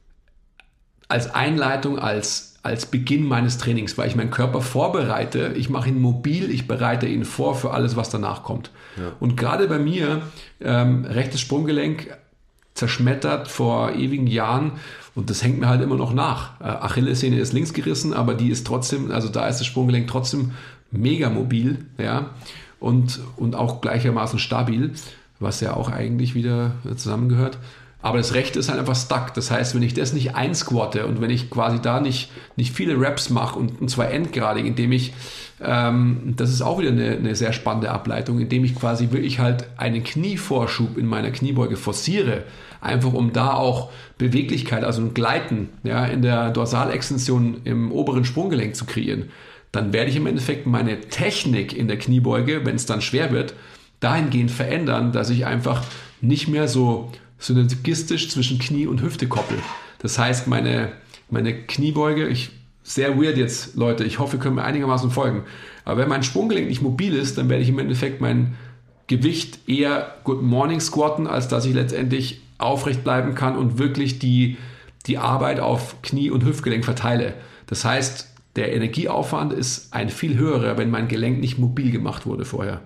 als Einleitung, als, als Beginn meines Trainings, weil ich meinen Körper vorbereite, ich mache ihn mobil, ich bereite ihn vor für alles, was danach kommt. Ja. Und gerade bei mir, ähm, rechtes Sprunggelenk zerschmettert vor ewigen Jahren und das hängt mir halt immer noch nach. Äh, Achillessehne ist links gerissen, aber die ist trotzdem, also da ist das Sprunggelenk trotzdem mega mobil, ja, und, und auch gleichermaßen stabil, was ja auch eigentlich wieder zusammengehört. Aber das rechte ist halt einfach stuck. Das heißt, wenn ich das nicht einsquatte und wenn ich quasi da nicht, nicht viele Reps mache und, und zwar endgradig, indem ich, ähm, das ist auch wieder eine, eine sehr spannende Ableitung, indem ich quasi wirklich halt einen Knievorschub in meiner Kniebeuge forciere, einfach um da auch Beweglichkeit, also ein Gleiten, ja, in der Dorsalextension im oberen Sprunggelenk zu kreieren, dann werde ich im Endeffekt meine Technik in der Kniebeuge, wenn es dann schwer wird, dahingehend verändern, dass ich einfach nicht mehr so synergistisch zwischen Knie und Hüfte koppel. Das heißt, meine, meine Kniebeuge, ich, sehr weird jetzt, Leute, ich hoffe, ihr könnt mir einigermaßen folgen, aber wenn mein Sprunggelenk nicht mobil ist, dann werde ich im Endeffekt mein Gewicht eher Good Morning squatten, als dass ich letztendlich aufrecht bleiben kann und wirklich die, die Arbeit auf Knie- und Hüftgelenk verteile. Das heißt, der Energieaufwand ist ein viel höherer, wenn mein Gelenk nicht mobil gemacht wurde vorher.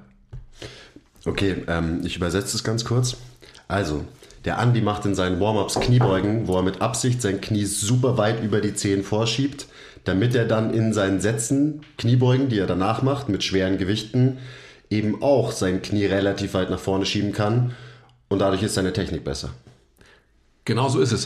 Okay, ähm, ich übersetze es ganz kurz. Also, der Andi macht in seinen Warm-ups Kniebeugen, wo er mit Absicht sein Knie super weit über die Zehen vorschiebt, damit er dann in seinen Sätzen, Kniebeugen, die er danach macht, mit schweren Gewichten, eben auch sein Knie relativ weit nach vorne schieben kann und dadurch ist seine Technik besser. Genau so ist es.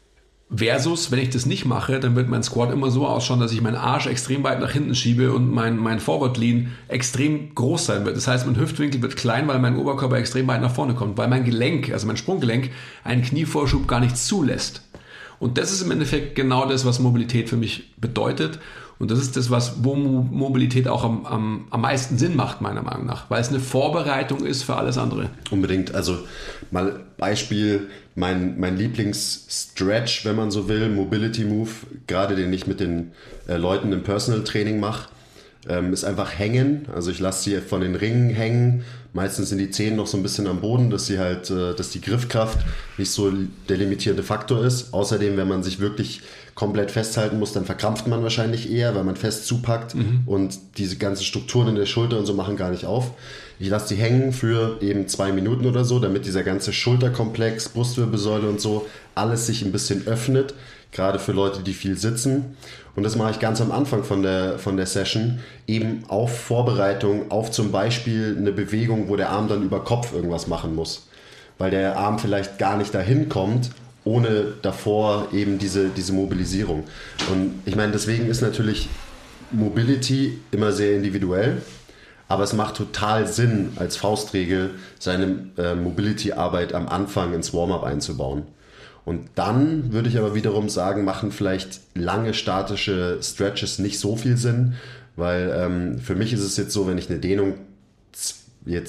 Versus, wenn ich das nicht mache, dann wird mein Squat immer so ausschauen, dass ich meinen Arsch extrem weit nach hinten schiebe und mein, mein Forward Lean extrem groß sein wird. Das heißt, mein Hüftwinkel wird klein, weil mein Oberkörper extrem weit nach vorne kommt, weil mein Gelenk, also mein Sprunggelenk, einen Knievorschub gar nicht zulässt. Und das ist im Endeffekt genau das, was Mobilität für mich bedeutet. Und das ist das, was, wo Mobilität auch am, am, am meisten Sinn macht, meiner Meinung nach, weil es eine Vorbereitung ist für alles andere. Unbedingt. Also mal Beispiel, mein, mein Lieblingsstretch, wenn man so will, Mobility Move, gerade den ich mit den äh, Leuten im Personal Training mache, ähm, ist einfach hängen. Also ich lasse sie von den Ringen hängen. Meistens sind die Zehen noch so ein bisschen am Boden, dass sie halt, äh, dass die Griffkraft nicht so der limitierende Faktor ist. Außerdem, wenn man sich wirklich komplett festhalten muss, dann verkrampft man wahrscheinlich eher, weil man fest zupackt mhm. und diese ganzen Strukturen in der Schulter und so machen gar nicht auf. Ich lasse die hängen für eben zwei Minuten oder so, damit dieser ganze Schulterkomplex, Brustwirbelsäule und so, alles sich ein bisschen öffnet, gerade für Leute, die viel sitzen. Und das mache ich ganz am Anfang von der, von der Session, eben auf Vorbereitung, auf zum Beispiel eine Bewegung, wo der Arm dann über Kopf irgendwas machen muss, weil der Arm vielleicht gar nicht dahin kommt, ohne davor eben diese, diese Mobilisierung. Und ich meine, deswegen ist natürlich Mobility immer sehr individuell, aber es macht total Sinn, als Faustregel seine äh, Mobility-Arbeit am Anfang ins Warm-up einzubauen. Und dann würde ich aber wiederum sagen, machen vielleicht lange statische Stretches nicht so viel Sinn, weil ähm, für mich ist es jetzt so, wenn ich eine Dehnung jetzt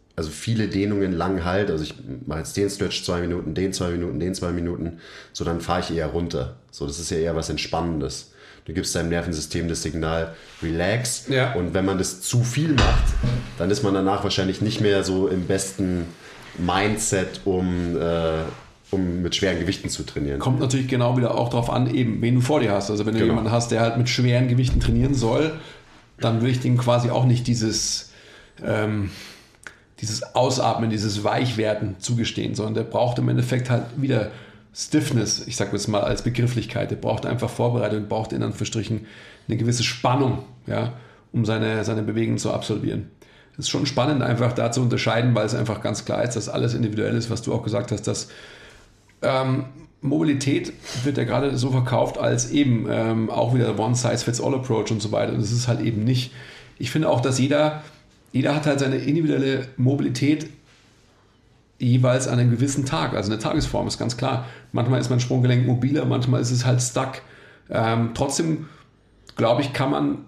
also viele Dehnungen lang halt, also ich mache jetzt den Stretch zwei Minuten, den zwei Minuten, den zwei Minuten, so dann fahre ich eher runter. So, das ist ja eher was Entspannendes. Du gibst deinem Nervensystem das Signal, relax. Ja. Und wenn man das zu viel macht, dann ist man danach wahrscheinlich nicht mehr so im besten Mindset, um, äh, um mit schweren Gewichten zu trainieren. Kommt natürlich genau wieder auch darauf an, eben, wen du vor dir hast. Also wenn du Genau. jemanden hast, der halt mit schweren Gewichten trainieren soll, dann würde ich dem quasi auch nicht dieses, ähm, dieses Ausatmen, dieses Weichwerden zugestehen, sondern der braucht im Endeffekt halt wieder Stiffness, ich sage jetzt mal als Begrifflichkeit, der braucht einfach Vorbereitung, braucht in Anführungsstrichen eine gewisse Spannung, ja, um seine, seine Bewegungen zu absolvieren. Das ist schon spannend, einfach da zu unterscheiden, weil es einfach ganz klar ist, dass alles individuell ist, was du auch gesagt hast, dass ähm, Mobilität wird ja gerade so verkauft als eben ähm, auch wieder One-Size-Fits-All-Approach und so weiter. Und das ist halt eben nicht. Ich finde auch, dass jeder, jeder hat halt seine individuelle Mobilität jeweils an einem gewissen Tag, also eine Tagesform ist ganz klar. Manchmal ist mein Sprunggelenk mobiler, manchmal ist es halt stuck. Ähm, trotzdem, glaube ich, kann man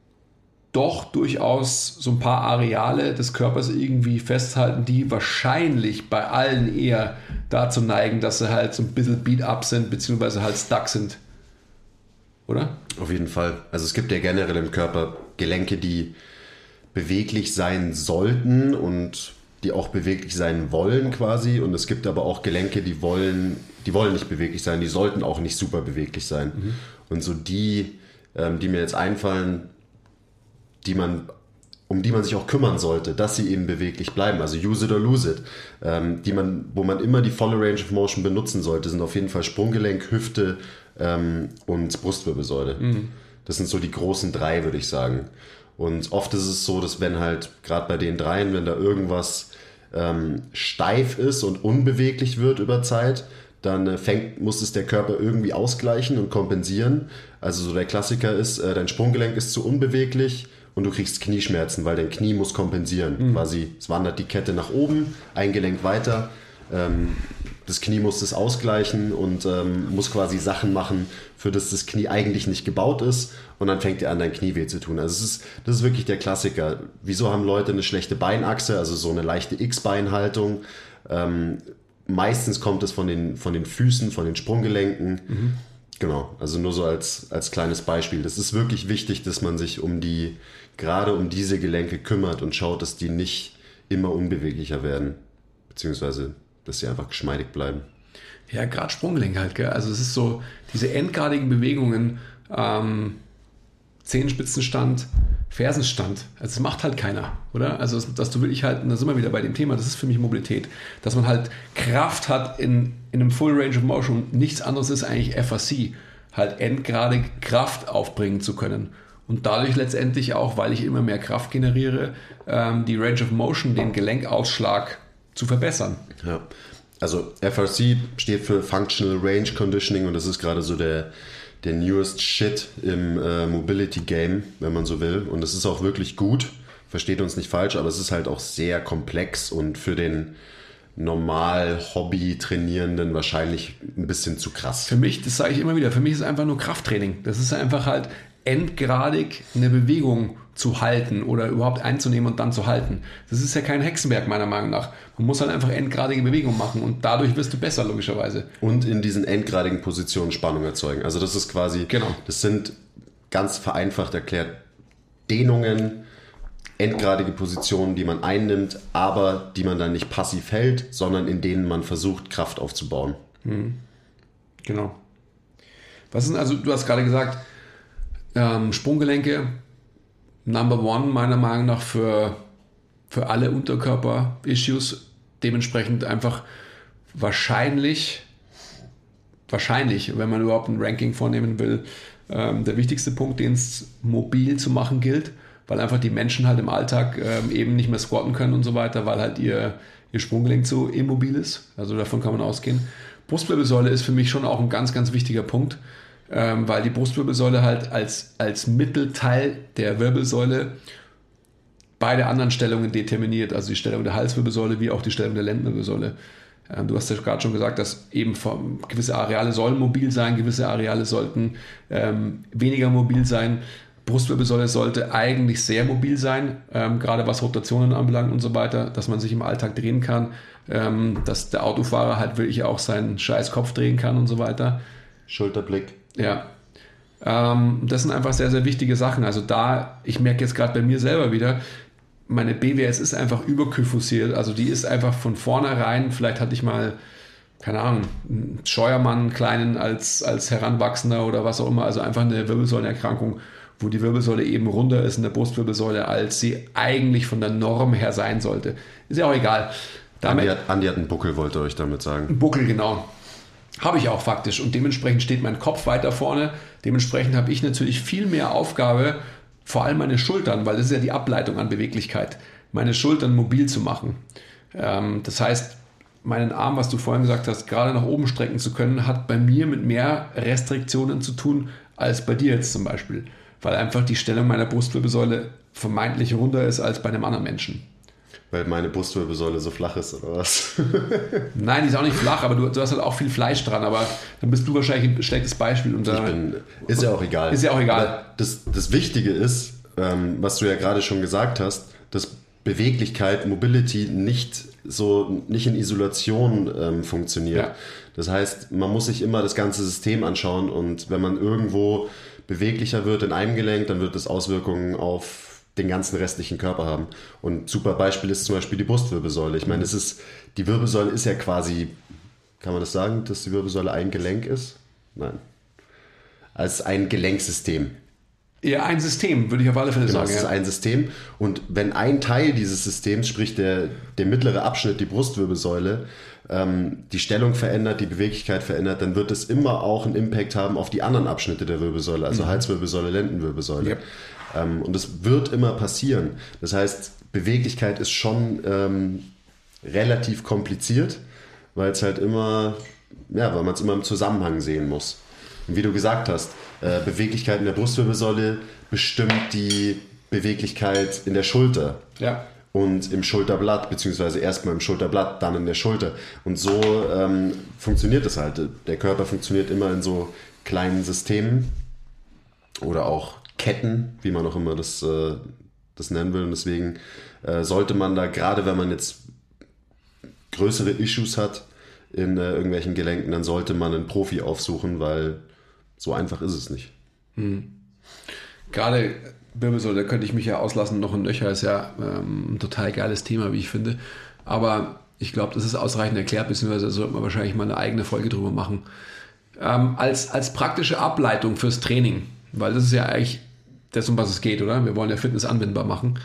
doch durchaus so ein paar Areale des Körpers irgendwie festhalten, die wahrscheinlich bei allen eher dazu neigen, dass sie halt so ein bisschen beat-up sind, beziehungsweise halt stuck sind. Oder? Auf jeden Fall. Also es gibt ja generell im Körper Gelenke, die beweglich sein sollten und die auch beweglich sein wollen quasi. Und es gibt aber auch Gelenke, die wollen, die wollen nicht beweglich sein, die sollten auch nicht super beweglich sein. Mhm. Und so die, ähm, die mir jetzt einfallen, die man, um die man sich auch kümmern sollte, dass sie eben beweglich bleiben, also use it or lose it, ähm, die man, wo man immer die volle Range of Motion benutzen sollte, sind auf jeden Fall Sprunggelenk, Hüfte ähm, und Brustwirbelsäule. Mhm. Das sind so die großen drei, würde ich sagen. Und oft ist es so, dass wenn halt, gerade bei den dreien, wenn da irgendwas ähm, steif ist und unbeweglich wird über Zeit, dann äh, fängt, muss es der Körper irgendwie ausgleichen und kompensieren. Also so der Klassiker ist, äh, dein Sprunggelenk ist zu unbeweglich und du kriegst Knieschmerzen, weil dein Knie muss kompensieren. Mhm. Quasi, es wandert die Kette nach oben, ein Gelenk weiter. Ähm, das Knie muss das ausgleichen und ähm, muss quasi Sachen machen, für das das Knie eigentlich nicht gebaut ist. Und dann fängt er an, dein Knie weh zu tun. Also es ist, das ist wirklich der Klassiker. Wieso haben Leute eine schlechte Beinachse, also so eine leichte X-Beinhaltung? Ähm, meistens kommt es von den, von den Füßen, von den Sprunggelenken. Mhm. Genau, also nur so als, als kleines Beispiel. Das ist wirklich wichtig, dass man sich um die, gerade um diese Gelenke kümmert und schaut, dass die nicht immer unbeweglicher werden. Beziehungsweise, dass sie einfach geschmeidig bleiben. Ja, gerade Sprunggelenk halt, gell? Also es ist so, diese endgradigen Bewegungen, ähm, Zehenspitzenstand, Fersenstand, also das macht halt keiner, oder? Also dass, dass du wirklich halt, und da sind wir wieder bei dem Thema, das ist für mich Mobilität, dass man halt Kraft hat in, in einem Full Range of Motion und nichts anderes ist eigentlich F R C, halt endgradig Kraft aufbringen zu können. Und dadurch letztendlich auch, weil ich immer mehr Kraft generiere, ähm, die Range of Motion, den Gelenkausschlag zu verbessern. Ja, also F R C steht für Functional Range Conditioning und das ist gerade so der, der newest Shit im äh, Mobility Game, wenn man so will. Und es ist auch wirklich gut, versteht uns nicht falsch, aber es ist halt auch sehr komplex und für den normal Hobby-Trainierenden wahrscheinlich ein bisschen zu krass. Für mich, das sage ich immer wieder, für mich ist es einfach nur Krafttraining. Das ist einfach halt endgradig eine Bewegung zu halten oder überhaupt einzunehmen und dann zu halten. Das ist ja kein Hexenwerk meiner Meinung nach. Man muss halt einfach endgradige Bewegungen machen und dadurch wirst du besser, logischerweise. Und in diesen endgradigen Positionen Spannung erzeugen. Also das ist quasi, genau. Das sind ganz vereinfacht erklärt Dehnungen, endgradige Positionen, die man einnimmt, aber die man dann nicht passiv hält, sondern in denen man versucht, Kraft aufzubauen. Mhm. Genau. Was ist, also du hast gerade gesagt, ähm, Sprunggelenke, Number One meiner Meinung nach für, für alle Unterkörper-Issues, dementsprechend einfach wahrscheinlich, wahrscheinlich, wenn man überhaupt ein Ranking vornehmen will, ähm, der wichtigste Punkt, den es mobil zu machen gilt, weil einfach die Menschen halt im Alltag ähm, eben nicht mehr squatten können und so weiter, weil halt ihr, ihr Sprunggelenk so immobil ist, also davon kann man ausgehen. Brustwirbelsäule ist für mich schon auch ein ganz, ganz wichtiger Punkt, ähm, weil die Brustwirbelsäule halt als, als Mittelteil der Wirbelsäule beide anderen Stellungen determiniert, also die Stellung der Halswirbelsäule wie auch die Stellung der Lendenwirbelsäule. Ähm, du hast ja gerade schon gesagt, dass eben vom, gewisse Areale sollen mobil sein, gewisse Areale sollten ähm, weniger mobil sein, Brustwirbelsäule sollte eigentlich sehr mobil sein, ähm, gerade was Rotationen anbelangt und so weiter, dass man sich im Alltag drehen kann, ähm, dass der Autofahrer halt wirklich auch seinen scheiß Kopf drehen kann und so weiter. Schulterblick. Ja. Ähm, das sind einfach sehr, sehr wichtige Sachen. Also da, ich merke jetzt gerade bei mir selber wieder, meine B W S ist einfach überkyphosiert, also die ist einfach von vornherein, vielleicht hatte ich mal, keine Ahnung, einen Scheuermann, einen kleinen als, als Heranwachsender oder was auch immer, also einfach eine Wirbelsäulenerkrankung, wo die Wirbelsäule eben runder ist in der Brustwirbelsäule, als sie eigentlich von der Norm her sein sollte. Ist ja auch egal. Damit, Andi, hat, Andi hat einen Buckel, wollte euch damit sagen. Ein Buckel, genau. Habe ich auch faktisch. Und dementsprechend steht mein Kopf weiter vorne. Dementsprechend habe ich natürlich viel mehr Aufgabe, vor allem meine Schultern, weil das ist ja die Ableitung an Beweglichkeit, meine Schultern mobil zu machen. Ähm, das heißt, meinen Arm, was du vorhin gesagt hast, gerade nach oben strecken zu können, hat bei mir mit mehr Restriktionen zu tun, als bei dir jetzt zum Beispiel. Weil einfach die Stellung meiner Brustwirbelsäule vermeintlich runder ist als bei einem anderen Menschen. Weil meine Brustwirbelsäule so flach ist, oder was? Nein, die ist auch nicht flach, aber du, du hast halt auch viel Fleisch dran, aber dann bist du wahrscheinlich ein schlechtes Beispiel. Und, ich bin, ist ja auch egal. Ist ja auch egal. Das, das Wichtige ist, ähm, was du ja gerade schon gesagt hast, dass Beweglichkeit, Mobility nicht so nicht in Isolation ähm, funktioniert. Ja. Das heißt, man muss sich immer das ganze System anschauen und wenn man irgendwo beweglicher wird in einem Gelenk, dann wird das Auswirkungen auf den ganzen restlichen Körper haben. Und super Beispiel ist zum Beispiel die Brustwirbelsäule. Ich meine, es ist, die Wirbelsäule ist ja quasi, kann man das sagen, dass die Wirbelsäule ein Gelenk ist? Nein. Als ein Gelenksystem. Ja, ein System, würde ich auf alle Fälle genau, sagen. Es ist ja. ein System. Und wenn ein Teil dieses Systems, sprich der, der mittlere Abschnitt, die Brustwirbelsäule, ähm, die Stellung verändert, die Beweglichkeit verändert, dann wird es immer auch einen Impact haben auf die anderen Abschnitte der Wirbelsäule, also mhm. Halswirbelsäule, Lendenwirbelsäule. Yep. Ähm, und das wird immer passieren. Das heißt, Beweglichkeit ist schon ähm, relativ kompliziert, weil es halt immer, ja, weil man es immer im Zusammenhang sehen muss. Und wie du gesagt hast, äh, Beweglichkeit in der Brustwirbelsäule bestimmt die Beweglichkeit in der Schulter. Ja. Und im Schulterblatt, beziehungsweise erstmal im Schulterblatt, dann in der Schulter. Und so ähm, funktioniert es halt. Der Körper funktioniert immer in so kleinen Systemen oder auch Ketten, wie man auch immer das, äh, das nennen will. Und deswegen äh, sollte man da, gerade wenn man jetzt größere Issues hat in äh, irgendwelchen Gelenken, dann sollte man einen Profi aufsuchen, weil so einfach ist es nicht. Hm. Gerade Wirbelsäule, da könnte ich mich ja auslassen, noch ein Nöcher ist ja ähm, ein total geiles Thema, wie ich finde. Aber ich glaube, das ist ausreichend erklärt, beziehungsweise sollte man wahrscheinlich mal eine eigene Folge drüber machen. Ähm, als, als praktische Ableitung fürs Training, weil das ist ja eigentlich das, um was es geht, oder? Wir wollen ja Fitness anwendbar machen.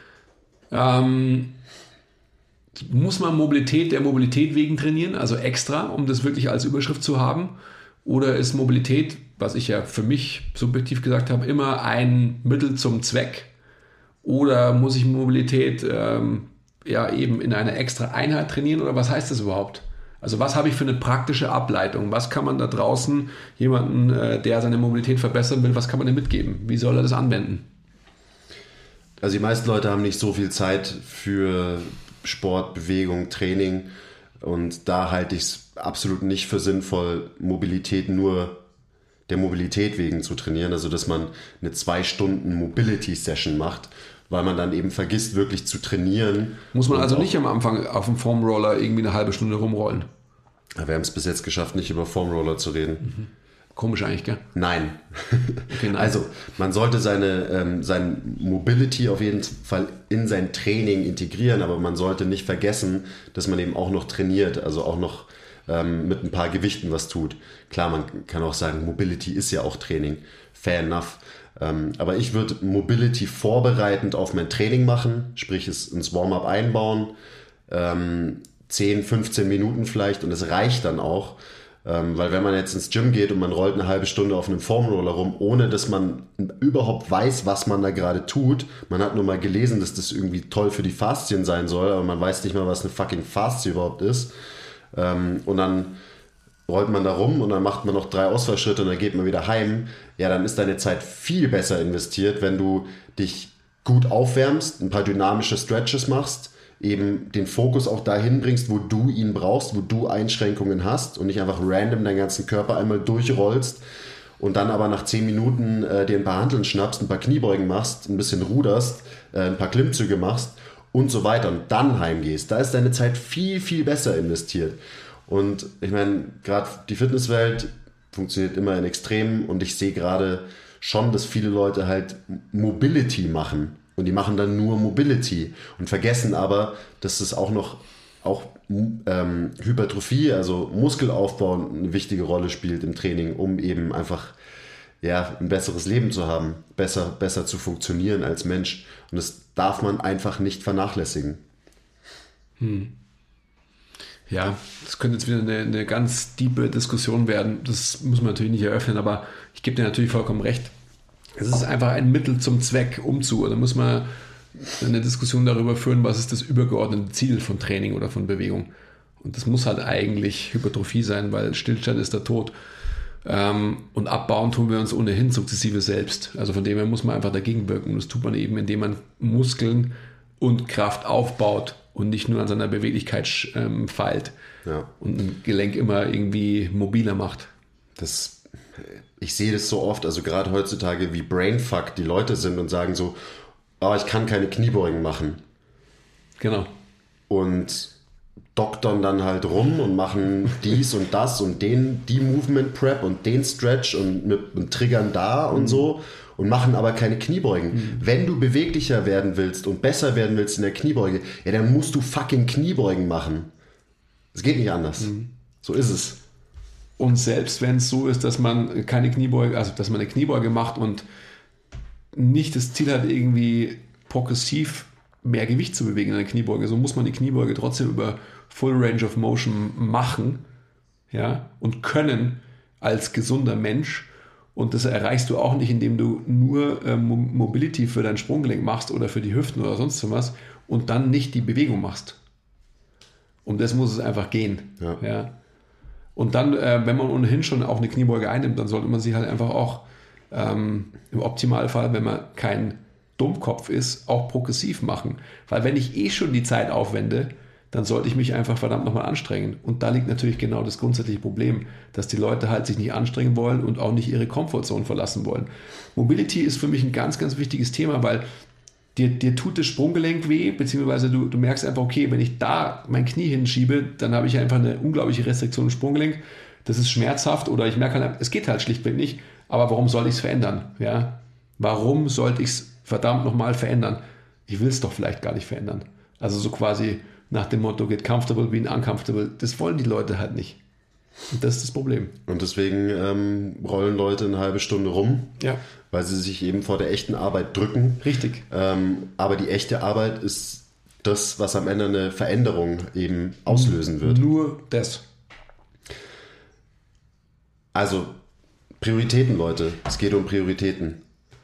Ähm, muss man Mobilität der Mobilität wegen trainieren, also extra, um das wirklich als Überschrift zu haben? Oder ist Mobilität, was ich ja für mich subjektiv gesagt habe, immer ein Mittel zum Zweck? Oder muss ich Mobilität ähm, ja eben in einer extra Einheit trainieren? Oder was heißt das überhaupt? Also was habe ich für eine praktische Ableitung? Was kann man da draußen jemanden, äh, der seine Mobilität verbessern will, was kann man denn mitgeben? Wie soll er das anwenden? Also die meisten Leute haben nicht so viel Zeit für Sport, Bewegung, Training. Und da halte ich es absolut nicht für sinnvoll, Mobilität nur der Mobilität wegen zu trainieren. Also dass man eine zwei Stunden Mobility-Session macht, weil man dann eben vergisst, wirklich zu trainieren. Muss man also nicht am Anfang auf dem Foamroller irgendwie eine halbe Stunde rumrollen? Wir haben es bis jetzt geschafft, nicht über Foamroller zu reden. Mhm. Komisch eigentlich, gell? Nein. Okay, nein. Also man sollte seine ähm, sein Mobility auf jeden Fall in sein Training integrieren, aber man sollte nicht vergessen, dass man eben auch noch trainiert, also auch noch ähm, mit ein paar Gewichten was tut. Klar, man kann auch sagen, Mobility ist ja auch Training. Fair enough. Ähm, aber ich würde Mobility vorbereitend auf mein Training machen, sprich es ins Warm-up einbauen, ähm, zehn, fünfzehn Minuten vielleicht und es reicht dann auch. Ähm, weil wenn man jetzt ins Gym geht und man rollt eine halbe Stunde auf einem Foamroller rum, ohne dass man überhaupt weiß, was man da gerade tut, man hat nur mal gelesen, dass das irgendwie toll für die Faszien sein soll, aber man weiß nicht mal, was eine fucking Faszie überhaupt ist. Ähm, und dann rollt man da rum und dann macht man noch drei Ausfallschritte und dann geht man wieder heim. Ja, dann ist deine Zeit viel besser investiert, wenn du dich gut aufwärmst, ein paar dynamische Stretches machst, eben den Fokus auch dahin bringst, wo du ihn brauchst, wo du Einschränkungen hast und nicht einfach random deinen ganzen Körper einmal durchrollst und dann aber nach zehn Minuten äh, dir ein paar Hanteln schnappst, ein paar Kniebeugen machst, ein bisschen ruderst, äh, ein paar Klimmzüge machst und so weiter und dann heimgehst, da ist deine Zeit viel, viel besser investiert. Und ich meine, gerade die Fitnesswelt funktioniert immer in Extremen und ich sehe gerade schon, dass viele Leute halt Mobility machen und die machen dann nur Mobility und vergessen aber, dass es auch noch auch ähm, Hypertrophie, also Muskelaufbau eine wichtige Rolle spielt im Training, um eben einfach ja, ein besseres Leben zu haben, besser, besser zu funktionieren als Mensch. Und das darf man einfach nicht vernachlässigen. Hm. Ja, das könnte jetzt wieder eine, eine ganz tiefe Diskussion werden. Das muss man natürlich nicht eröffnen, aber ich gebe dir natürlich vollkommen recht. Es ist einfach ein Mittel zum Zweck, um zu. Da muss man eine Diskussion darüber führen, was ist das übergeordnete Ziel von Training oder von Bewegung. Und das muss halt eigentlich Hypertrophie sein, weil Stillstand ist der Tod. Und abbauen tun wir uns ohnehin sukzessive selbst. Also von dem her muss man einfach dagegen wirken. Und das tut man eben, indem man Muskeln und Kraft aufbaut und nicht nur an seiner Beweglichkeit ähm, feilt ja. und ein Gelenk immer irgendwie mobiler macht. Das, ich sehe das so oft, also gerade heutzutage, wie brainfuck die Leute sind und sagen so, oh, ich kann keine Kniebeugen machen. Genau. Und doktern dann halt rum und machen dies und das und den, die Movement Prep und den Stretch und, mit, und triggern da und mhm. so und machen aber keine Kniebeugen. Mhm. Wenn du beweglicher werden willst und besser werden willst in der Kniebeuge, ja, dann musst du fucking Kniebeugen machen. Es geht nicht anders. Mhm. So ist es. Und selbst wenn es so ist, dass man keine Kniebeuge, also dass man eine Kniebeuge macht und nicht das Ziel hat, irgendwie progressiv mehr Gewicht zu bewegen in der Kniebeuge, so muss man die Kniebeuge trotzdem über Full Range of Motion machen, ja, und können als gesunder Mensch. Und das erreichst du auch nicht, indem du nur äh, Mobility für dein Sprunggelenk machst oder für die Hüften oder sonst was und dann nicht die Bewegung machst. Um das muss es einfach gehen. Ja. Ja. Und dann, äh, wenn man ohnehin schon auch eine Kniebeuge einnimmt, dann sollte man sie halt einfach auch ähm, im Optimalfall, wenn man kein Dummkopf ist, auch progressiv machen. Weil wenn ich eh schon die Zeit aufwende, dann sollte ich mich einfach verdammt nochmal anstrengen. Und da liegt natürlich genau das grundsätzliche Problem, dass die Leute halt sich nicht anstrengen wollen und auch nicht ihre Comfortzone verlassen wollen. Mobility ist für mich ein ganz, ganz wichtiges Thema, weil dir, dir tut das Sprunggelenk weh, beziehungsweise du, du merkst einfach, okay, wenn ich da mein Knie hinschiebe, dann habe ich einfach eine unglaubliche Restriktion im Sprunggelenk. Das ist schmerzhaft oder ich merke halt, es geht halt schlichtweg nicht. Aber warum soll ich es verändern? Ja? Warum sollte ich es verdammt nochmal verändern? Ich will es doch vielleicht gar nicht verändern. Also so quasi nach dem Motto, get comfortable, be uncomfortable. Das wollen die Leute halt nicht. Und das ist das Problem. Und deswegen ähm, rollen Leute eine halbe Stunde rum, ja. weil sie sich eben vor der echten Arbeit drücken. Richtig. Ähm, aber die echte Arbeit ist das, was am Ende eine Veränderung eben auslösen wird. Nur das. Also Prioritäten, Leute. Es geht um Prioritäten.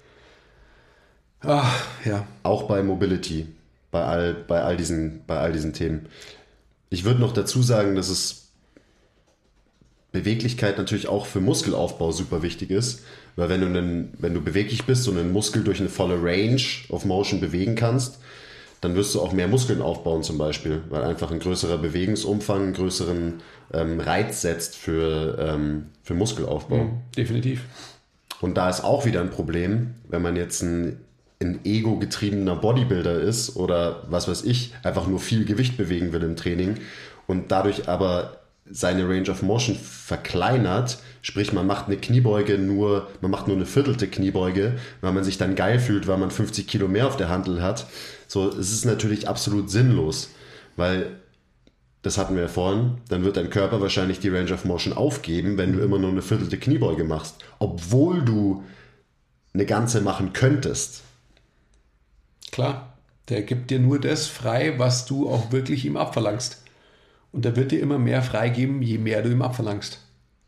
Ach, ja. Auch bei Mobility. Bei all, bei, all diesen, bei all diesen Themen. Ich würde noch dazu sagen, dass es Beweglichkeit natürlich auch für Muskelaufbau super wichtig ist, weil wenn du, einen, wenn du beweglich bist und einen Muskel durch eine volle Range of Motion bewegen kannst, dann wirst du auch mehr Muskeln aufbauen zum Beispiel, weil einfach ein größerer Bewegungsumfang einen größeren ähm, Reiz setzt für, ähm, für Muskelaufbau. Mhm, definitiv. Und da ist auch wieder ein Problem, wenn man jetzt ein ein ego-getriebener Bodybuilder ist oder was weiß ich, einfach nur viel Gewicht bewegen will im Training und dadurch aber seine Range of Motion verkleinert, sprich man macht eine Kniebeuge nur, man macht nur eine viertelte Kniebeuge, weil man sich dann geil fühlt, weil man fünfzig Kilo mehr auf der Hantel hat. So, es ist natürlich absolut sinnlos, weil das hatten wir ja vorhin, dann wird dein Körper wahrscheinlich die Range of Motion aufgeben, wenn du immer nur eine viertelte Kniebeuge machst, obwohl du eine ganze machen könntest. Klar, der gibt dir nur das frei, was du auch wirklich ihm abverlangst. Und der wird dir immer mehr freigeben, je mehr du ihm abverlangst.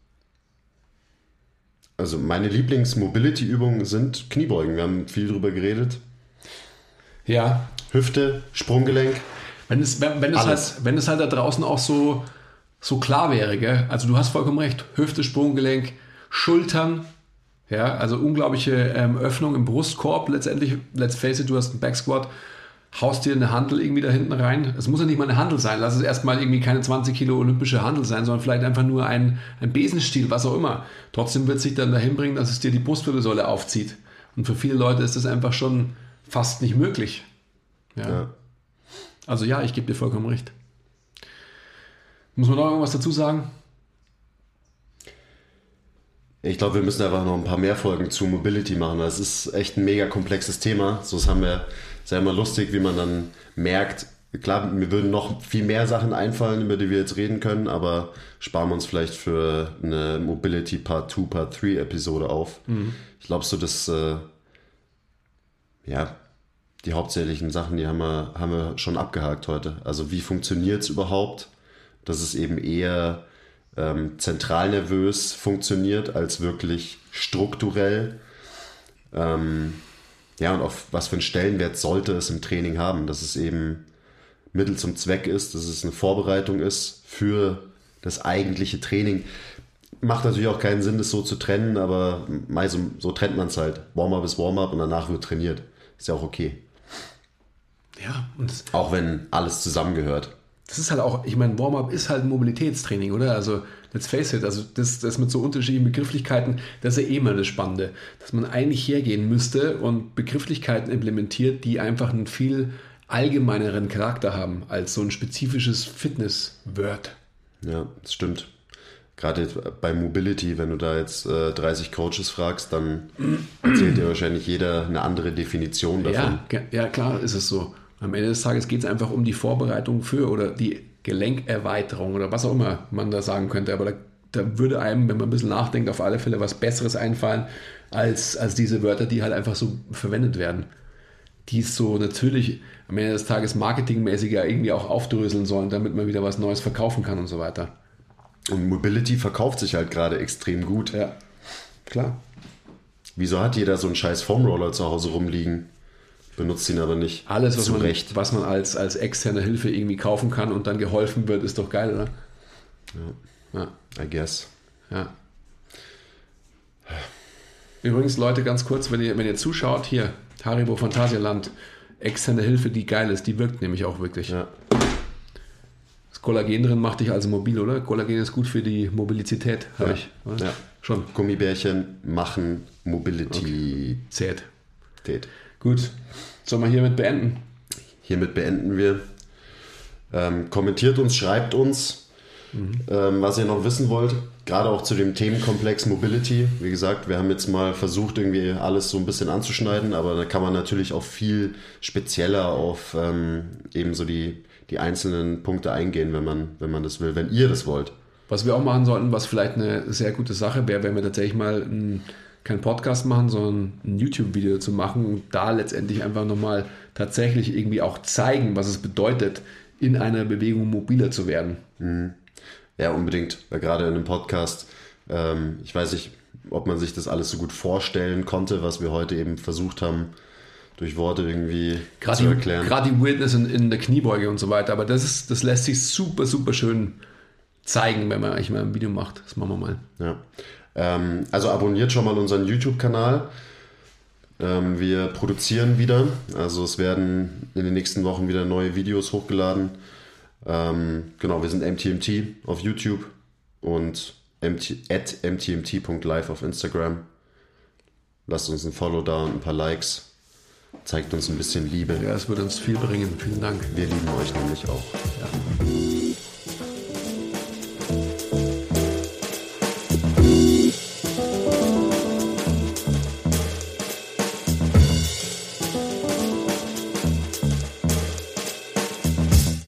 Also meine Lieblings-Mobility-Übungen sind Kniebeugen. Wir haben viel drüber geredet. Ja. Hüfte, Sprunggelenk. Wenn es, wenn, wenn es, halt, wenn es halt da draußen auch so, so klar wäre, gell? Also du hast vollkommen recht. Hüfte, Sprunggelenk, Schultern. Ja, also unglaubliche ähm, Öffnung im Brustkorb letztendlich. Let's face it, du hast einen Backsquat. haust dir eine Hantel irgendwie da hinten rein. Es muss ja nicht mal eine Hantel sein. Lass es erstmal irgendwie keine zwanzig Kilo olympische Hantel sein, sondern vielleicht einfach nur ein, ein Besenstiel, was auch immer. Trotzdem wird es sich dann dahin bringen, dass es dir die Brustwirbelsäule aufzieht. Und für viele Leute ist das einfach schon fast nicht möglich. Ja. Ja. Also ja, ich gebe dir vollkommen recht. Muss man noch irgendwas dazu sagen? Ich glaube, wir müssen einfach noch ein paar mehr Folgen zu Mobility machen. Das ist echt ein mega komplexes Thema. So, das haben wir, ist ja immer lustig, wie man dann merkt, klar, mir würden noch viel mehr Sachen einfallen, über die wir jetzt reden können, aber sparen wir uns vielleicht für eine Mobility Part zwei, Part drei Episode auf. Mhm. Ich glaube so, dass äh, ja, die hauptsächlichen Sachen, die haben wir, haben wir schon abgehakt heute. Also wie funktioniert es überhaupt? Dass es eben eher ähm, zentralnervös funktioniert, als wirklich strukturell. Ähm, ja, und auf was für einen Stellenwert sollte es im Training haben, dass es eben Mittel zum Zweck ist, dass es eine Vorbereitung ist für das eigentliche Training. Macht natürlich auch keinen Sinn, das so zu trennen, aber so, so trennt man es halt. Warm-up ist Warm-up und danach wird trainiert. Ist ja auch okay. Ja, und auch wenn alles zusammengehört. Das ist halt auch, ich meine, Warm-up ist halt ein Mobilitätstraining, oder? Also, let's face it, also das, das mit so unterschiedlichen Begrifflichkeiten, das ist ja eh mal das Spannende, dass man eigentlich hergehen müsste und Begrifflichkeiten implementiert, die einfach einen viel allgemeineren Charakter haben als so ein spezifisches Fitness-Word. Ja, das stimmt. Gerade bei Mobility, wenn du da jetzt äh, dreißig Coaches fragst, dann erzählt dir wahrscheinlich jeder eine andere Definition davon. Ja, ja, klar ist es so. Am Ende des Tages geht es einfach um die Vorbereitung für oder die Gelenkerweiterung oder was auch immer man da sagen könnte. Aber da, da würde einem, wenn man ein bisschen nachdenkt, auf alle Fälle was Besseres einfallen als, als diese Wörter, die halt einfach so verwendet werden. Die es so natürlich am Ende des Tages marketingmäßig ja irgendwie auch aufdröseln sollen, damit man wieder was Neues verkaufen kann und so weiter. Und Mobility verkauft sich halt gerade extrem gut. Ja, klar. Wieso hat jeder so einen scheiß Foamroller zu Hause rumliegen? Benutzt ihn aber nicht. Alles, was man, was man als, als externe Hilfe irgendwie kaufen kann und dann geholfen wird, ist doch geil, oder? Ja, ja. I guess. Ja. Übrigens, Leute, ganz kurz, wenn ihr, wenn ihr zuschaut, hier, Haribo Phantasialand, externe Hilfe, die geil ist, die wirkt nämlich auch wirklich. Ja. Das Kollagen drin macht dich also mobil, oder? Kollagen ist gut für die Mobilität, habe ja. ich. Oder? Ja, schon. Gummibärchen machen Mobilität. Okay. Gut. Sollen wir hiermit beenden? Hiermit beenden wir. Ähm, kommentiert uns, schreibt uns, mhm. ähm, was ihr noch wissen wollt. Gerade auch zu dem Themenkomplex Mobility. Wie gesagt, wir haben jetzt mal versucht, irgendwie alles so ein bisschen anzuschneiden, aber da kann man natürlich auch viel spezieller auf ähm, eben so die, die einzelnen Punkte eingehen, wenn man, wenn man das will, wenn ihr das wollt. Was wir auch machen sollten, was vielleicht eine sehr gute Sache wäre, wenn wir tatsächlich mal ein keinen Podcast machen, sondern ein YouTube-Video zu machen und da letztendlich einfach nochmal tatsächlich irgendwie auch zeigen, was es bedeutet, in einer Bewegung mobiler zu werden. Mhm. Ja, unbedingt. Weil gerade in einem Podcast, ähm, ich weiß nicht, ob man sich das alles so gut vorstellen konnte, was wir heute eben versucht haben, durch Worte irgendwie grad zu die, erklären. Gerade die Weirdness in, in der Kniebeuge und so weiter, aber das, ist, das lässt sich super, super schön zeigen, wenn man eigentlich mal ein Video macht. Das machen wir mal. Ja. Ähm, also abonniert schon mal unseren YouTube-Kanal. Ähm, wir produzieren wieder. Also es werden in den nächsten Wochen wieder neue Videos hochgeladen. Ähm, genau, wir sind M T M T auf YouTube und at m t m t punkt live auf Instagram. Lasst uns ein Follow da und ein paar Likes. Zeigt uns ein bisschen Liebe. Ja, es wird uns viel bringen. Vielen Dank. Wir lieben euch nämlich auch. Ja.